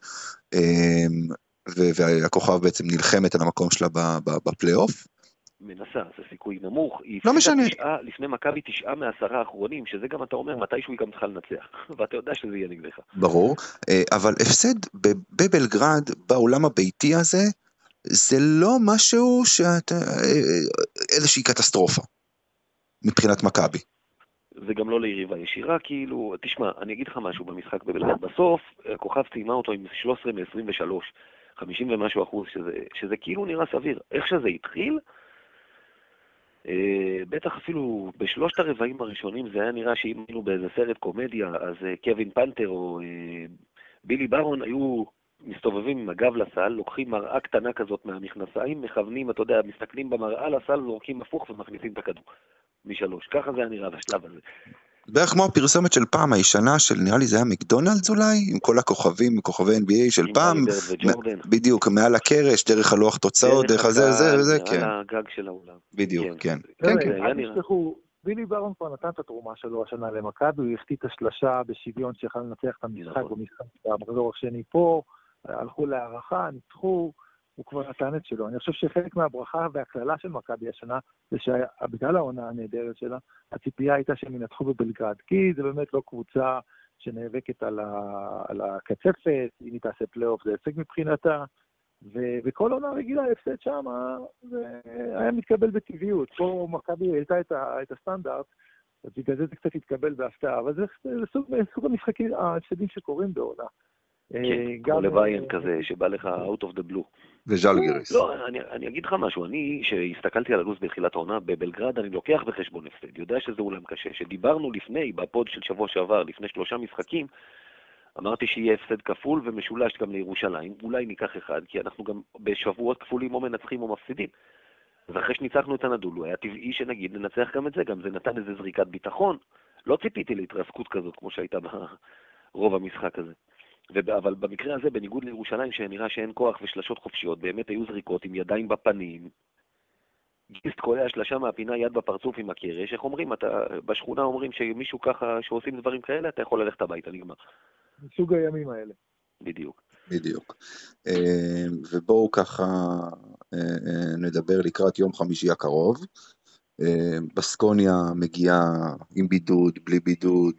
Speaker 1: והכוכב בעצם נלחמת על המקום שלה בפלייאוף.
Speaker 2: מנסה, זה סיכוי נמוך.
Speaker 1: לא משנה.
Speaker 2: תשעה, לפני מכבי תשעה מעשרה האחרונים, שזה גם אתה אומר, מתישהו היא גם צריכה לנצח, ואתה יודע שזה יהיה נגדך.
Speaker 1: ברור, אבל הפסד בבלגרד, בעולם הביתי הזה, זה לא משהו שאתה, איזושהי קטסטרופה, מבחינת מכבי.
Speaker 2: זה גם לא ליריבה ישירה, כאילו, תשמע, אני אגיד לך משהו במשחק בבלגרד. בסוף, הכוכב ציימה אותו עם שלוש עשרה מ-עשרים ושלוש, חמישים ומשהו אחוז, שזה, שזה כאילו נראה סביר. איך שזה התחיל, בטח אפילו בשלושת הרבעים הראשונים זה היה נראה שאם היינו באיזה סרט קומדיה, אז קווין פנטר או בילי ברון היו מסתובבים עם הגב לסל, לוקחים מראה קטנה כזאת מהמכנסיים, מכוונים, אתה יודע, מסתכלים במראה לסל, זורקים הפוך ומכניסים את הכדור משלוש. ככה זה היה נראה בשלב הזה.
Speaker 1: בערך כמו הפרסומת של פעם הישנה של נראה לי זה היה מקדונלדס אולי, עם כל הכוכבים, כוכבי אן בי איי של פעם, בדיוק, מעל הקרש, דרך הלוח תוצאות, דרך הזה, זה, זה, כן.
Speaker 2: מעל הגג של האולם.
Speaker 1: בדיוק, כן.
Speaker 3: כן, כן. אל תשכחו, בילי ברון כבר נתן את התרומה שלו השנה למכבי, הוא החטיא את השלשה בשוויון שיכל לנצח את המשחק במשחק במחזור השני פה, הלכו להערכה, ניצחו, הוא כבר נתן את שלו. אני חושב שחלק מהברכה והכללה של מכבי השנה, זה שבגלל העונה הנהדרת שלה, הציפייה הייתה שהם ינצחו בבלגרד, כי זה באמת לא קבוצה שנאבקת על, ה... על הקצפת, אם היא תעשה פלייאוף זה הישג מבחינתה, ו... וכל עונה רגילה הפסד שם, זה היה מתקבל בטבעיות. פה מכבי העלתה את, ה... את הסטנדרט, אז בגלל זה זה קצת התקבל בהפתעה, אבל זה, זה סוג, סוג המשחקים, ההפסדים שקורים בעונה.
Speaker 2: כן, כמו לביין כזה, שבא לך out of the blue.
Speaker 1: וז'לגיריס.
Speaker 2: לא, אני, אני אגיד לך משהו, אני, שהסתכלתי על הלו"ז בתחילת העונה, בבלגרד אני לוקח בחשבון הפסד, יודע שזה אולם קשה, שדיברנו לפני, בפוד של שבוע שעבר, לפני שלושה משחקים, אמרתי שיהיה הפסד כפול ומשולש גם לירושלים, אולי ניקח אחד, כי אנחנו גם בשבועות כפולים או מנצחים או מפסידים. ואחרי שניצחנו את הנדולו, היה טבעי שנגיד לנצח גם את זה, גם זה נתן איזה זריקת ביטחון, לא ציפיתי להתרסקות כזאת, כמו שהייתה ברוב המשחק הזה. אבל במקרה הזה, בניגוד לירושלים, שנראה שאין כוח ושלשות חופשיות, באמת היו זריקות עם ידיים בפנים, גיסט קולע שלשה מהפינה יד בפרצוף עם הקרש, איך אומרים, אתה, בשכונה אומרים שמישהו ככה, שעושים דברים כאלה, אתה יכול ללכת הביתה, נגמר.
Speaker 3: מסוג הימים האלה.
Speaker 2: בדיוק.
Speaker 1: בדיוק. ובואו ככה נדבר לקראת יום חמישי הקרוב. בסקוניה מגיעה עם בידוד, בלי בידוד,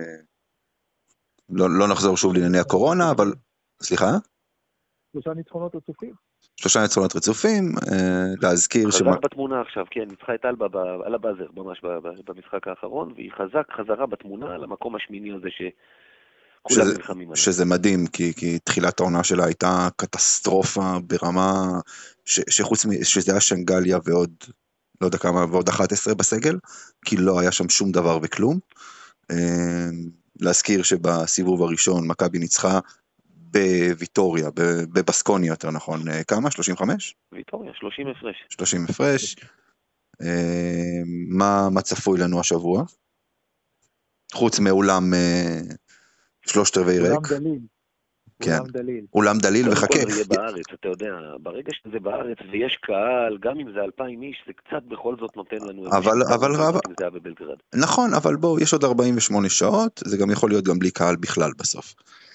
Speaker 1: לא, לא נחזור שוב לענייני הקורונה, אבל, סליחה?
Speaker 3: שלושה ניצחונות רצופים.
Speaker 1: שלושה ניצחונות רצופים, להזכיר
Speaker 2: חזק שמה... בתמונה עכשיו, כן, ניצחה את אלבה על הבאזר, ממש במשחק האחרון, והיא חזק חזרה בתמונה למקום השמיני הזה שכולם
Speaker 1: שזה,
Speaker 2: נלחמים עליו.
Speaker 1: שזה מדהים, כי, כי תחילת העונה שלה הייתה קטסטרופה ברמה, ש, שחוץ מ... שזה היה שנגליה ועוד, לא יודע כמה, ועוד אחת עשרה בסגל, כי לא היה שם שום דבר וכלום. להזכיר שבסיבוב הראשון מכבי ניצחה בוויטוריה, בבסקוניה יותר נכון, כמה? שלושים וחמש?
Speaker 2: ויטוריה, שלושים הפרש.
Speaker 1: שלושים הפרש, מה, מה צפוי לנו השבוע? חוץ מאולם שלושת רבעי ריק.
Speaker 3: אולם דליל.
Speaker 1: כן.
Speaker 3: אולם דליל.
Speaker 1: אולם דליל, וחכה.
Speaker 2: קודם כל זה יהיה בארץ, אתה יודע, ברגע שזה בארץ ויש קהל, גם אם זה אלפיים איש, זה קצת בכל זאת נותן לנו...
Speaker 1: אבל, אבל, אבל,
Speaker 2: אם זה היה בבלגרד.
Speaker 1: נכון, אבל בואו, יש עוד ארבעים ושמונה שעות, זה גם יכול להיות גם בלי קהל בכלל בסוף.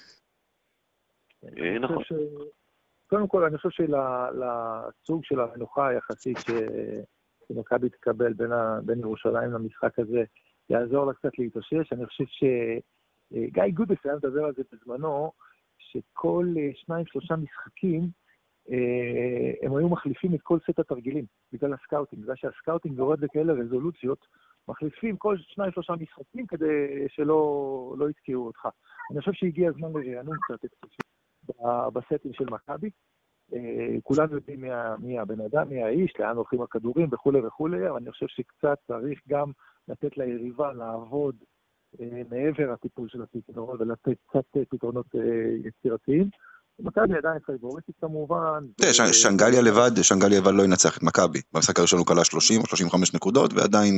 Speaker 2: נכון.
Speaker 3: קודם כל, אני חושב שלסוג של המנוחה היחסית שמכבי תקבל בין ירושלים למשחק הזה, יעזור לה קצת להתאושש. אני חושב שגיא גודס היה מדבר על זה בזמנו, שכל שניים, שלושה משחקים, הם היו מחליפים את כל סט התרגילים, בגלל הסקאוטינג. בגלל שהסקאוטינג יורד לכאלה רזולוציות, מחליפים כל שניים, שלושה משחקים כדי שלא לא יתקעו אותך. אני חושב שהגיע הזמן לרענון קצת בסטים של מכבי. כולם יודעים מי הבן אדם, מי האיש, לאן הולכים הכדורים וכו' וכו', אבל אני חושב שקצת צריך גם לתת ליריבה לעבוד מעבר הטיפול של הפתרונות, ולתת קצת פתרונות יצירתיים. מכבי עדיין פייבוריטית כמובן.
Speaker 1: שנגליה לבד, שנגליה לבד לא ינצח את מכבי. במשחק הראשון הוא קלה שלושים או שלושים וחמש נקודות, ועדיין...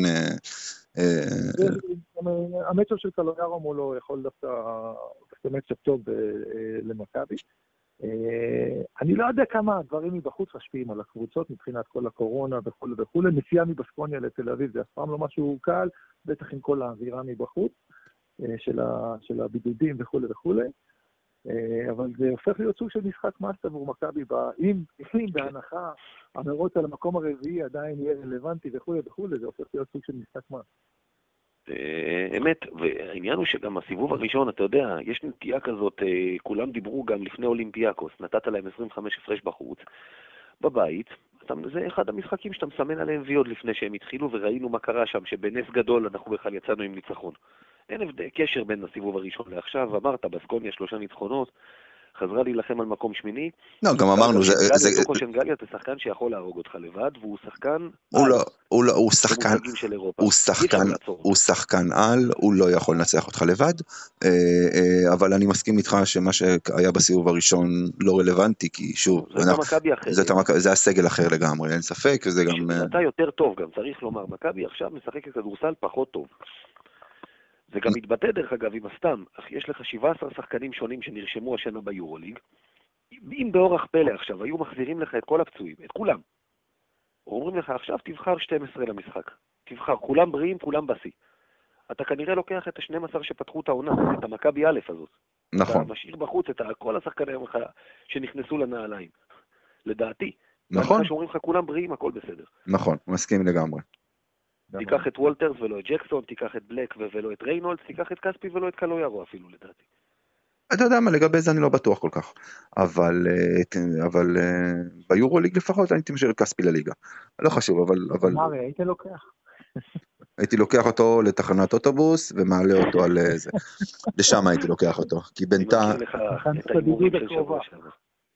Speaker 3: המצ'אפ של קלויארו מולו יכול דווקא מצ'אפ טוב למכבי. אני לא יודע כמה הדברים מבחוץ משפיעים על הקבוצות, מבחינת כל הקורונה וכו' וכו'. נסיעה מבסקוניה לתל אביב, זה אף פעם לא משהו קל, בטח עם כל האווירה מבחוץ, של הבידודים וכו' וכו'. אבל זה הופך להיות סוג של משחק מאסט עבור מכבי, אם בהנחה המרוץ על המקום הרביעי עדיין יהיה רלוונטי וכו' וכו', זה הופך להיות סוג של משחק מאסט.
Speaker 2: אמת, והעניין הוא שגם הסיבוב הראשון, אתה יודע, יש נטייה כזאת, כולם דיברו גם לפני אולימפיאקוס, נתת להם עשרים וחמש הפרש בחוץ, בבית, זה אחד המשחקים שאתה מסמן עליהם וי עוד לפני שהם התחילו, וראינו מה קרה שם, שבנס גדול אנחנו בכלל יצאנו עם ניצחון. אין הבדל, קשר בין הסיבוב הראשון לעכשיו, אמרת, בסקוניה שלושה ניצחונות, חזרה להילחם על מקום שמיני.
Speaker 1: לא, גם אמרנו, זה...
Speaker 2: דוקו שנגליה זה שחקן שיכול להרוג אותך לבד, והוא שחקן...
Speaker 1: הוא לא, הוא לא, הוא שחקן... הוא שחקן,
Speaker 2: הוא
Speaker 1: הוא שחקן על, הוא לא יכול לנצח אותך לבד, אבל אני מסכים איתך שמה שהיה בסיבוב הראשון לא רלוונטי, כי שוב...
Speaker 2: זה מכבי אחר.
Speaker 1: זה הסגל אחר לגמרי, אין ספק, וזה גם...
Speaker 2: אתה יותר טוב, גם צריך לומר, מכבי עכשיו משחק כדורסל פחות טוב. זה גם מתבטא דרך אגב עם הסתם, יש לך שבעה עשר שחקנים שונים שנרשמו השנה ביורוליג, אם באורח פלא עכשיו היו מחזירים לך את כל הפצועים, את כולם, אומרים לך עכשיו תבחר שתים עשרה למשחק, תבחר, כולם בריאים, כולם בסי. אתה כנראה לוקח את ה-שנים עשר שפתחו את העונה, את המכבי א' הזאת.
Speaker 1: נכון.
Speaker 2: אתה משאיר בחוץ את כל השחקנים שנכנסו לנעליים. לדעתי.
Speaker 1: נכון.
Speaker 2: שאומרים לך כולם בריאים, הכל בסדר.
Speaker 1: נכון, מסכים לגמרי.
Speaker 2: תיקח את וולטרס ולא את ג'קסון, תיקח את בלק ולא את ריינולדס, תיקח את קספי ולא את קלויארו אפילו לדעתי.
Speaker 1: אתה יודע מה, לגבי זה אני לא בטוח כל כך, אבל, אבל ביורוליג לפחות אני הייתי משאיר את קספי לליגה. לא חשוב, אבל... אבל...
Speaker 3: מרי, הייתי לוקח.
Speaker 1: הייתי לוקח אותו לתחנת אוטובוס ומעלה אותו על זה. לשם הייתי לוקח אותו, כי בינתיים...
Speaker 2: אני מזכיר לך את האימורים של שבוע שעבר.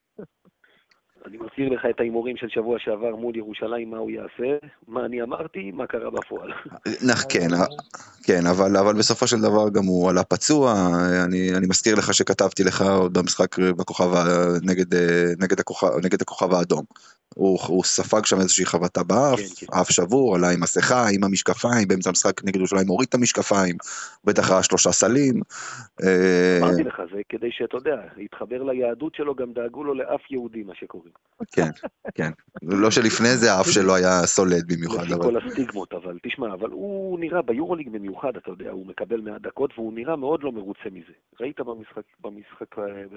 Speaker 2: אני מזכיר לך את האימורים של שבוע שעבר מול ירושלים, מה הוא יעשה, מה אני אמרתי, מה קרה בפועל.
Speaker 1: כן, כן, אבל, אבל בסופו של דבר גם הוא עלה פצוע, אני, אני מזכיר לך שכתבתי לך עוד במשחק בכוכב, נגד, נגד הכוכב, נגד הכוכב האדום. הוא, הוא ספג שם איזושהי חבטה באף, כן, כן. אף שבור, עלה עם מסכה, עם המשקפיים, באמצע המשחק נגד ירושלים הוריד את המשקפיים, בטח ראה שלושה סלים.
Speaker 2: אמרתי לך, זה כדי שאתה יודע, להתחבר ליהדות שלו, גם דאגו לו לאף יהודי, מה שקוראים.
Speaker 1: כן, כן. לא שלפני זה האף שלו היה סולד במיוחד.
Speaker 2: לפי כל הסטיגמות, אבל תשמע, אבל הוא נראה ביורוליג במיוחד, אתה יודע, הוא מקבל מאה דקות, והוא נראה מאוד לא מרוצה מזה. ראית במשחק, במשחק,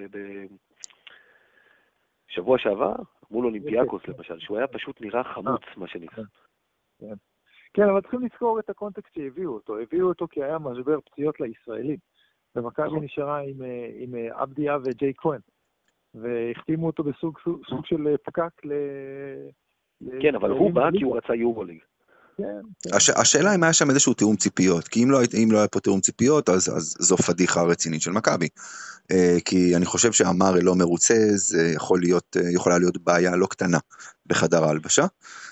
Speaker 2: בשבוע שעבר, מול אולימפיאקוס למשל, שהוא היה פשוט נראה חמוץ, מה שנקרא.
Speaker 3: כן, אבל צריכים לזכור את הקונטקסט שהביאו אותו. הביאו אותו כי היה משבר פציעות לישראלים. ומכבי נשארה עם, עם עבדיה וג'יי כהן. והחתימו אותו בסוג סוג של פקק ל...
Speaker 2: כן, אבל הוא בא כי הוא רצה יורוליג.
Speaker 1: השאלה אם היה שם איזשהו תיאום ציפיות, כי אם לא, אם לא היה פה תיאום ציפיות, אז, אז זו פדיחה רצינית של מכבי. כי אני חושב שאמר לא מרוצה, זה יכול להיות, יכולה להיות בעיה לא קטנה בחדר ההלבשה.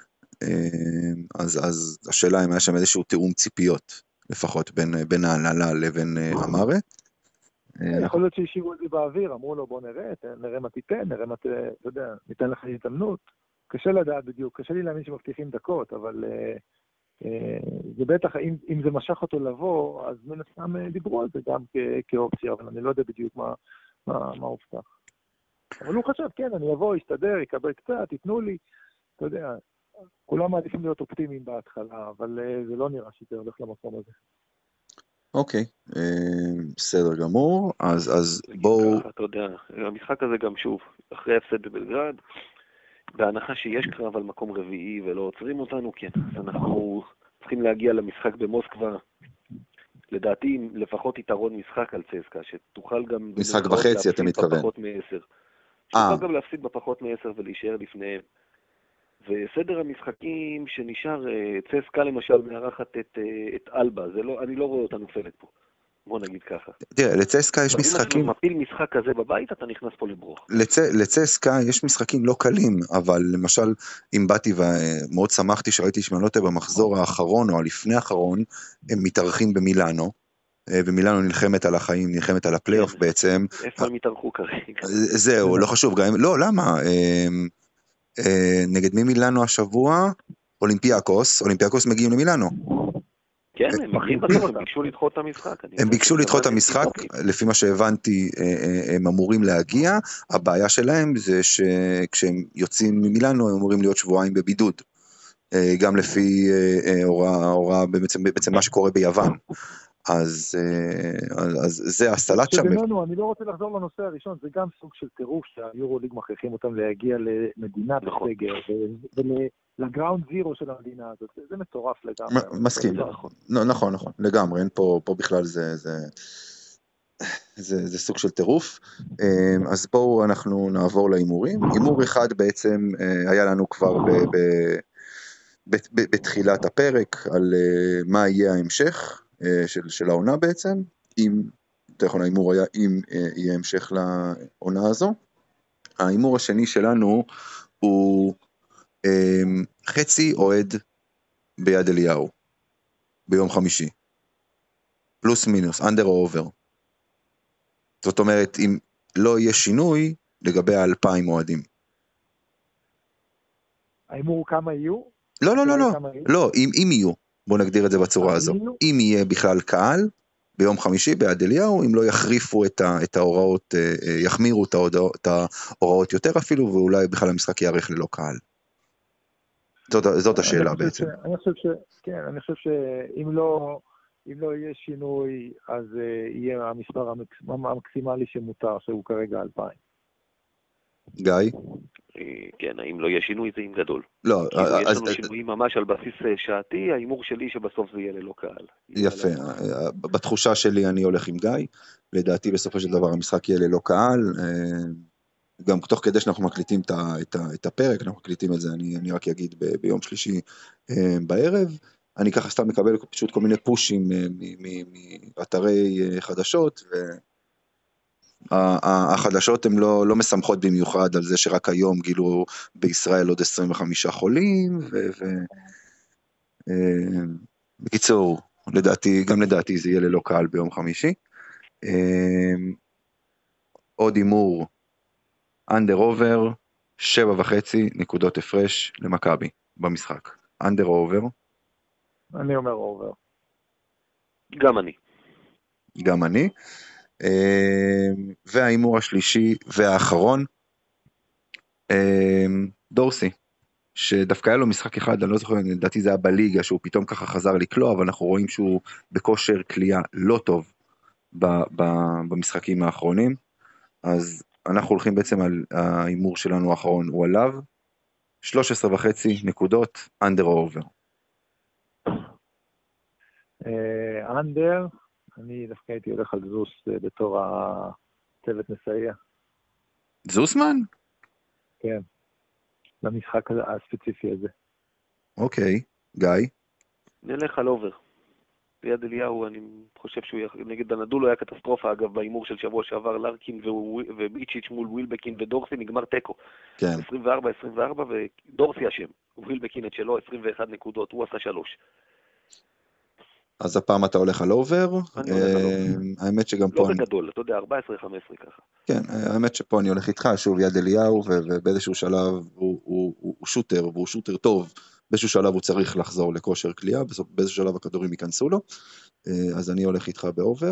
Speaker 1: אז, אז השאלה אם היה שם איזשהו תיאום ציפיות, לפחות בין, בין ההנהלה לבין אמרה.
Speaker 3: יכול להיות שהשאירו את זה באוויר, אמרו לו בוא נראה, נראה מה תיתן, נראה מה, אתה יודע, ניתן לך הזדמנות. קשה לדעת בדיוק, קשה לי להאמין שמבטיחים דקות, אבל זה בטח, אם, אם זה משך אותו לבוא, אז מן הסתם דיברו על זה גם כ- כאופציה, אבל אני לא יודע בדיוק מה, מה, מה הובטח. אבל הוא חשב, כן, אני אבוא, אסתדר, יקבל קצת, ייתנו לי, אתה יודע, כולם מעדיפים להיות אופטימיים בהתחלה, אבל זה לא נראה שזה הולך למקום הזה.
Speaker 1: אוקיי, בסדר גמור, אז, אז בואו...
Speaker 2: ככה, אתה יודע, המשחק הזה גם שוב, אחרי הפסד בבלגרד, בהנחה שיש קרב על מקום רביעי ולא עוצרים אותנו, כן, אז אנחנו צריכים להגיע למשחק במוסקבה, לדעתי לפחות יתרון משחק על צסקה, שתוכל גם...
Speaker 1: משחק וחצי, אתה מתכוון.
Speaker 2: בפחות מעשר. שתוכל גם להפסיד בפחות מעשר ולהישאר לפניהם. וסדר המשחקים שנשאר, צסקה למשל מארחת את, את אלבה, זה לא, אני לא רואה אותה נופלת פה. בוא נגיד ככה.
Speaker 1: תראה, לצסקה יש משחקים...
Speaker 2: אם אתה מפיל משחק כזה בבית, אתה נכנס פה לברוך.
Speaker 1: לצ... לצסקה יש משחקים לא קלים, אבל למשל, אם באתי ומאוד שמחתי שראיתי שמנוטה במחזור האחרון או הלפני האחרון, הם מתארחים במילאנו, ומילאנו נלחמת על החיים, נלחמת על הפלייאוף בעצם.
Speaker 2: איפה הם התארחו כרגע?
Speaker 1: זהו, לא חשוב, גם... לא, למה? נגד מי מילאנו השבוע? אולימפיאקוס, אולימפיאקוס מגיעים למילאנו.
Speaker 2: כן, הם ביקשו לדחות את המשחק.
Speaker 1: הם ביקשו לדחות את המשחק, לפי מה שהבנתי הם אמורים להגיע, הבעיה שלהם זה שכשהם יוצאים ממילאנו הם אמורים להיות שבועיים בבידוד, גם לפי הוראה, בעצם מה שקורה ביוון. אז, אז זה הסלט שם.
Speaker 3: שבינינו, אני לא רוצה לחזור לנושא הראשון, זה גם סוג של טירוף שהיורוליג מכריחים אותם להגיע למדינת סגר, ולגראונד זירו של המדינה הזאת, זה מטורף לגמרי.
Speaker 1: מסכים, נכון, נכון, לגמרי, אין פה, פה בכלל זה, זה, זה, זה סוג של טירוף. אז בואו אנחנו נעבור לאימורים. אימור אחד בעצם היה לנו כבר ב, ב, ב, ב, בתחילת הפרק, על מה יהיה ההמשך, של, של העונה בעצם, אם, אתה יכול, האימור היה אם יהיה המשך לעונה הזו. האימור השני שלנו הוא um, חצי אוהד ביד אליהו, ביום חמישי, פלוס מינוס, אנדר או אובר. זאת אומרת, אם לא יהיה שינוי לגבי האלפיים אוהדים.
Speaker 3: האימור הוא כמה יהיו?
Speaker 1: לא, לא, לא, לא, לא, אם, אם יהיו. בוא נגדיר את זה בצורה הזו. אם יהיה בכלל קהל, ביום חמישי ביד אליהו, אם לא יחריפו את, ה, את ההוראות, יחמירו את ההוראות, את ההוראות יותר אפילו, ואולי בכלל המשחק יערך ללא קהל. זאת, זאת השאלה בעצם.
Speaker 3: ש, אני חושב ש, כן, אני חושב שאם לא, אם לא יהיה שינוי, אז יהיה המספר המקסימלי שמותר, שהוא כרגע אלפיים.
Speaker 1: גיא?
Speaker 2: כן, האם לא יהיה שינוי זה עם גדול.
Speaker 1: לא,
Speaker 2: אז... יש לנו שינויים ממש על בסיס שעתי, האימור שלי שבסוף זה יהיה ללא קהל.
Speaker 1: יפה, בתחושה שלי אני הולך עם גיא, לדעתי בסופו של דבר המשחק יהיה ללא קהל, גם תוך כדי שאנחנו מקליטים את הפרק, אנחנו מקליטים את זה, אני רק אגיד ביום שלישי בערב, אני ככה סתם מקבל פשוט כל מיני פושים מאתרי חדשות, ו... החדשות הן לא, לא משמחות במיוחד על זה שרק היום גילו בישראל עוד עשרים וחמישה חולים, ו... ו... בקיצור, לדעתי, גם לדעתי זה יהיה ללא קהל ביום חמישי. עוד אימור, אנדר אובר, שבע וחצי נקודות הפרש למכבי במשחק. אנדר אובר?
Speaker 3: אני אומר אובר.
Speaker 2: גם אני.
Speaker 1: גם אני. והאימור השלישי והאחרון, דורסי, שדווקא היה לו משחק אחד, אני לא זוכר, לדעתי זה היה בליגה, שהוא פתאום ככה חזר לקלוע, אבל אנחנו רואים שהוא בכושר קליעה לא טוב במשחקים האחרונים, אז אנחנו הולכים בעצם על האימור שלנו האחרון, הוא עליו, שלוש עשרה וחצי נקודות, אנדר או אובר.
Speaker 3: אנדר, אני דווקא הייתי הולך על זוס בתור הצוות מסייע.
Speaker 1: זוסמן?
Speaker 3: כן, למשחק הספציפי הזה.
Speaker 1: אוקיי, גיא?
Speaker 2: נלך על אובר. ביד אליהו, אני חושב שהוא נגד הנדול היה קטסטרופה, אגב, באימור של שבוע שעבר, לרקין וביצ'יץ' מול ווילבקין ודורסי נגמר טקו.
Speaker 1: כן.
Speaker 2: עשרים וארבע עשרים וארבע ודורסי השם. ווילבקין את שלו עשרים ואחת נקודות, הוא עשה שלוש.
Speaker 1: אז הפעם אתה הולך על אובר.
Speaker 2: אני הולך על אובר.
Speaker 1: האמת שגם
Speaker 2: לא
Speaker 1: פה...
Speaker 2: בגדול, אתה יודע, ארבע עשרה חמש עשרה ככה.
Speaker 1: כן, האמת שפה אני הולך איתך, שוב יד אליהו, ובאיזשהו שלב הוא, הוא, הוא, הוא שוטר, והוא שוטר טוב, באיזשהו שלב הוא צריך לחזור לכושר קליעה, באיזשהו שלב הכדורים ייכנסו לו, אז אני הולך איתך באובר,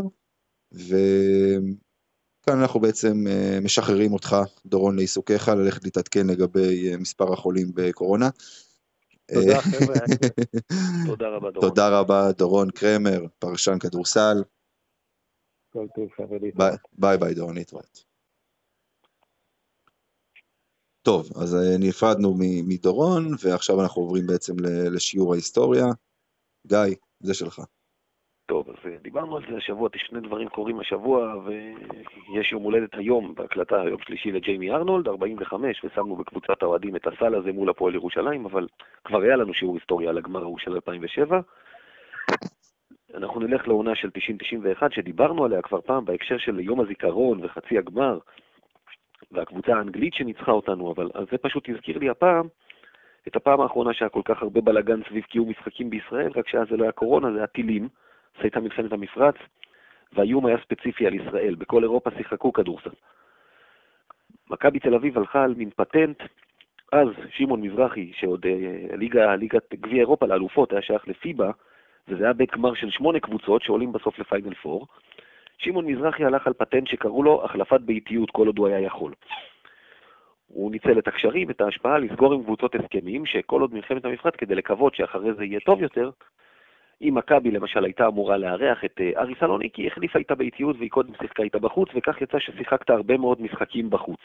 Speaker 1: וכאן אנחנו בעצם משחררים אותך, דורון, לעיסוקיך, ללכת להתעדכן לגבי מספר החולים בקורונה.
Speaker 3: תודה חבר'ה.
Speaker 2: תודה רבה דורון.
Speaker 1: תודה רבה דורון קרמר, פרשן כדורסל.
Speaker 3: כל טוב חבר'ה, להתראות.
Speaker 1: ביי ביי דורון, להתראות. טוב, אז נפרדנו מדורון, ועכשיו אנחנו עוברים בעצם לשיעור ההיסטוריה. גיא, זה שלך.
Speaker 2: טוב, אז דיברנו על זה השבוע, שני דברים קורים השבוע, ויש יום הולדת היום, בהקלטה, יום שלישי לג'יימי ארנולד, ארבעים וחמש, ושמנו בקבוצת האוהדים את הסל הזה מול הפועל ירושלים, אבל כבר היה לנו שיעור היסטוריה על הגמר ההוא של אלפיים ושבע. אנחנו נלך לעונה של תשעים תשעים ואחת, שדיברנו עליה כבר פעם בהקשר של יום הזיכרון וחצי הגמר, והקבוצה האנגלית שניצחה אותנו, אבל אז זה פשוט הזכיר לי הפעם, את הפעם האחרונה שהיה כל כך הרבה בלגן סביב קיום משחקים בישראל, רק שאז זה לא היה קורונה, זה היה טילים, זה הייתה מלחמת המפרץ, והאיום היה ספציפי על ישראל, בכל אירופה שיחקו כדורסל. מכבי תל אביב הלכה על מין פטנט, אז שמעון מזרחי, שעוד ליגה, ליגת גביע אירופה לאלופות היה שייך לפיבה, וזה היה בית גמר של שמונה קבוצות שעולים בסוף לפיינל פור, שמעון מזרחי הלך על פטנט שקראו לו החלפת ביתיות כל עוד הוא היה יכול. הוא ניצל את הקשרים, את ההשפעה, לסגור עם קבוצות הסכמים, שכל עוד מלחמת המפרץ כדי לקוות שאחרי זה יהיה טוב יותר, אם מכבי למשל הייתה אמורה לארח את ארי סלוניקי, היא החליפה איתה ביתיות והיא קודם שיחקה איתה בחוץ, וכך יצא ששיחקת הרבה מאוד משחקים בחוץ.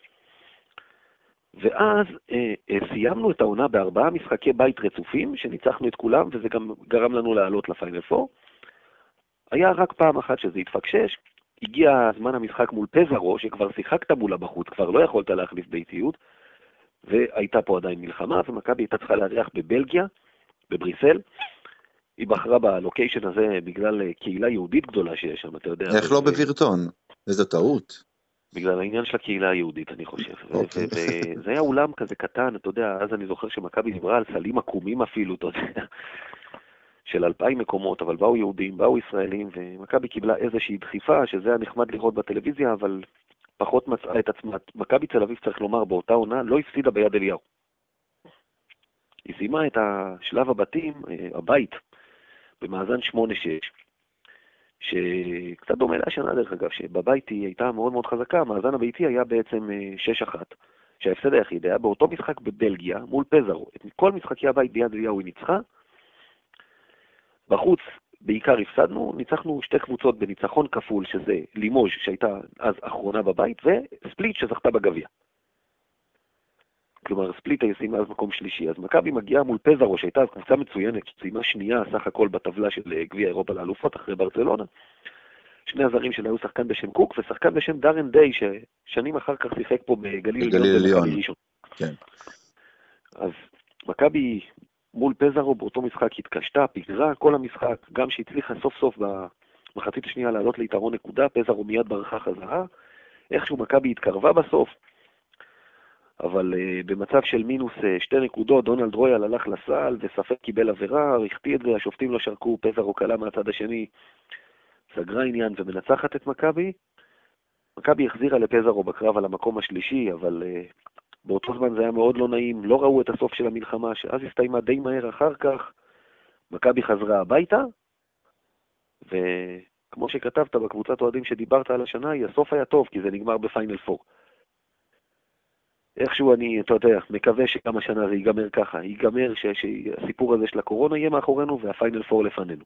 Speaker 2: ואז אה, אה, סיימנו את העונה בארבעה משחקי בית רצופים, שניצחנו את כולם, וזה גם גרם לנו לעלות לפיינל פור. היה רק פעם אחת שזה התפקשש, הגיע זמן המשחק מול פזרו, שכבר שיחקת מולה בחוץ, כבר לא יכולת להחליף ביתיות, והייתה פה עדיין מלחמה, ומכבי הייתה צריכה לארח בבלגיה, בבריסל. היא בחרה בלוקיישן הזה בגלל קהילה יהודית גדולה שיש שם, אתה יודע.
Speaker 1: איך לא בווירטון? איזו טעות.
Speaker 2: בגלל העניין של הקהילה היהודית, אני חושב.
Speaker 1: אוקיי.
Speaker 2: וזה היה אולם כזה קטן, אתה יודע, אז אני זוכר שמכבי דיברה על סלים עקומים אפילו, אתה יודע, של אלפיים מקומות, אבל באו יהודים, באו ישראלים, ומכבי קיבלה איזושהי דחיפה, שזה היה נחמד לראות בטלוויזיה, אבל פחות מצאה את עצמה. מכבי תל אביב, צריך לומר, באותה עונה, לא הפסידה ביד אליהו. היא סיימה את השלב הבתים, הבית, במאזן שמונה שש, שקצת דומה להשנה דרך אגב, שבבית היא הייתה מאוד מאוד חזקה, המאזן הביתי היה בעצם שש אחת, שההפסד היחיד היה באותו משחק בבלגיה מול פזרו. את כל משחקי הבית ביד אליהו היא ניצחה, בחוץ בעיקר הפסדנו, ניצחנו שתי קבוצות בניצחון כפול, שזה לימוז' שהייתה אז אחרונה בבית, וספליט שזכתה בגביע. כלומר, ספליט היא סיימה אז מקום שלישי. אז מכבי מגיעה מול פזרו, שהייתה אז קבוצה מצוינת, שסיימה שנייה סך הכל בטבלה של גביע אירופה לאלופות אחרי ברצלונה. שני הזרים שלה היו שחקן בשם קוק, ושחקן בשם דרן דיי, ששנים אחר כך שיחק פה בגליל
Speaker 1: עליון.
Speaker 2: כן. אז מכבי מול פזרו באותו משחק התקשתה, פיגרה כל המשחק, גם שהצליחה סוף סוף במחצית השנייה לעלות ליתרון נקודה, פזרו מיד ברחה חזרה, איכשהו מכבי התקרבה בסוף, אבל uh, במצב של מינוס uh, שתי נקודות, דונלד רויאל הלך לסל וספק קיבל עבירה, הכתיא את זה, השופטים לא שרקו, פזרו קלה מהצד השני, סגרה עניין ומנצחת את מכבי. מכבי החזירה לפזרו בקרב על המקום השלישי, אבל uh, באותו זמן זה היה מאוד לא נעים, לא ראו את הסוף של המלחמה, שאז הסתיימה די מהר אחר כך, מכבי חזרה הביתה, וכמו שכתבת בקבוצת אוהדים שדיברת על השנה, הסוף היה טוב, כי זה נגמר בפיינל פור. איכשהו אני, אתה יודע, מקווה שגם השנה זה ייגמר ככה, ייגמר שהסיפור הזה של הקורונה יהיה מאחורינו, והפיינל פור לפנינו.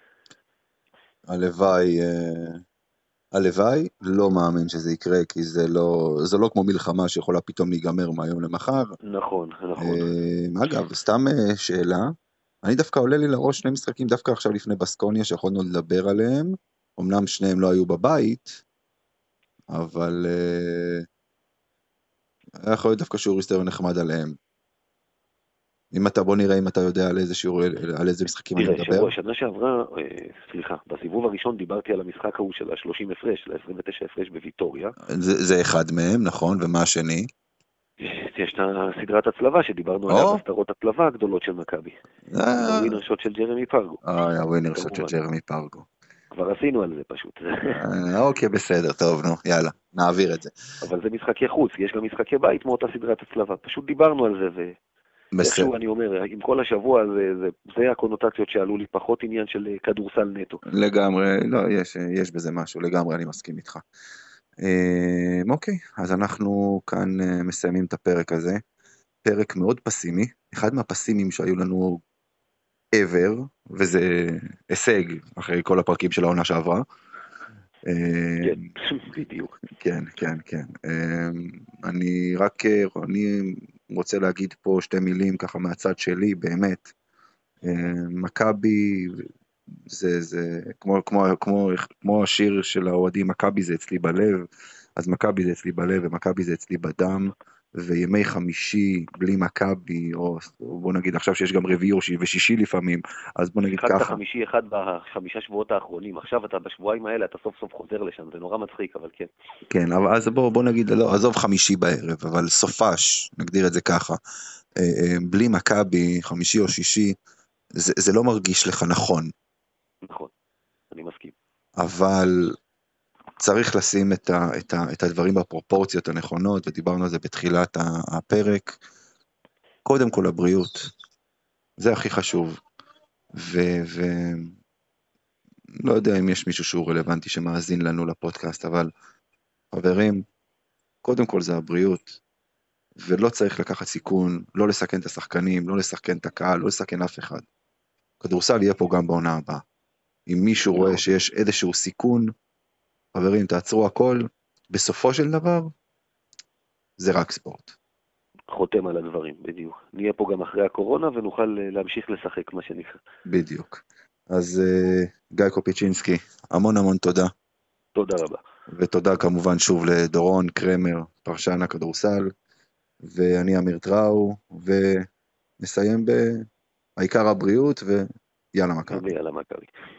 Speaker 1: הלוואי, הלוואי, לא מאמין שזה יקרה, כי זה לא, זה לא כמו מלחמה שיכולה פתאום להיגמר מהיום למחר.
Speaker 2: נכון, נכון.
Speaker 1: אגב, סתם שאלה, אני דווקא עולה לי לראש שני משחקים, דווקא עכשיו לפני בסקוניה, שיכולנו לדבר עליהם, אמנם שניהם לא היו בבית, אבל היה יכול להיות דווקא שיעור היסטוריה נחמד עליהם. אם אתה, בוא נראה אם אתה יודע על איזה שיעור, על איזה משחקים אני מדבר.
Speaker 2: שבוע, שנה שעברה, סליחה, בסיבוב הראשון דיברתי על המשחק ההוא של ה-שלושים הפרש, של ה-עשרים ותשע הפרש בוויטוריה.
Speaker 1: זה, זה אחד מהם, נכון, ומה השני?
Speaker 2: יש את הסדרת הצלבה שדיברנו עליה בסדרות הצלבה הגדולות של מכבי. הווינר שוט של ג'רמי פרגו.
Speaker 1: אה, הווינר שוט של ג'רמי פרגו.
Speaker 2: כבר עשינו על זה פשוט.
Speaker 1: אוקיי, בסדר, טוב, נו, יאללה, נעביר את זה.
Speaker 2: אבל זה משחקי חוץ, יש גם משחקי בית מאותה סדרת הצלבה. פשוט דיברנו על זה, ואיכשהו אני אומר, עם כל השבוע, זה הקונוטציות שעלו לי פחות עניין של כדורסל נטו.
Speaker 1: לגמרי, לא, יש בזה משהו, לגמרי אני מסכים איתך. אוקיי, אז אנחנו כאן מסיימים את הפרק הזה. פרק מאוד פסימי, אחד מהפסימיים שהיו לנו ever, וזה הישג אחרי כל הפרקים של העונה שעברה.
Speaker 2: כן, בדיוק.
Speaker 1: כן, כן, כן. אני רק, אני רוצה להגיד פה שתי מילים ככה מהצד שלי, באמת. מכבי, זה, זה, כמו, כמו, כמו, כמו השיר של האוהדים, מכבי זה אצלי בלב, אז מכבי זה אצלי בלב, ומכבי זה אצלי בדם, וימי חמישי בלי מכבי, או בוא נגיד עכשיו שיש גם רביעי ושישי לפעמים, אז בוא נגיד ככה.
Speaker 2: שיחקת חמישי אחד בחמישה שבועות האחרונים, עכשיו אתה בשבועיים האלה, אתה סוף סוף חוזר לשם, זה נורא מצחיק, אבל כן.
Speaker 1: כן, אבל אז בוא, בוא נגיד, לא, עזוב חמישי בערב, אבל סופש, נגדיר את זה ככה, בלי מכבי, חמישי או שישי, זה, זה לא מרגיש לך נכון.
Speaker 2: נכון, אני מסכים.
Speaker 1: אבל צריך לשים את, ה, את, ה, את הדברים בפרופורציות הנכונות, ודיברנו על זה בתחילת הפרק. קודם כל הבריאות, זה הכי חשוב. ולא יודע אם יש מישהו שהוא רלוונטי שמאזין לנו לפודקאסט, אבל חברים, קודם כל זה הבריאות, ולא צריך לקחת סיכון, לא לסכן את השחקנים, לא לסכן את הקהל, לא לסכן אף אחד. כדורסל יהיה פה גם בעונה הבאה. אם מישהו רואה שיש איזשהו סיכון, חברים, תעצרו הכל, בסופו של דבר, זה רק ספורט.
Speaker 2: חותם על הדברים, בדיוק. נהיה פה גם אחרי הקורונה, ונוכל להמשיך לשחק, מה שנקרא.
Speaker 1: בדיוק. אז גיא קופיצ'ינסקי, המון המון תודה.
Speaker 2: תודה רבה.
Speaker 1: ותודה כמובן שוב לדורון קרמר, פרשן הכדורסל, ואני אמיר טראו, ונסיים בעיקר הבריאות, ויאללה מכבי.
Speaker 2: ויאללה מכבי.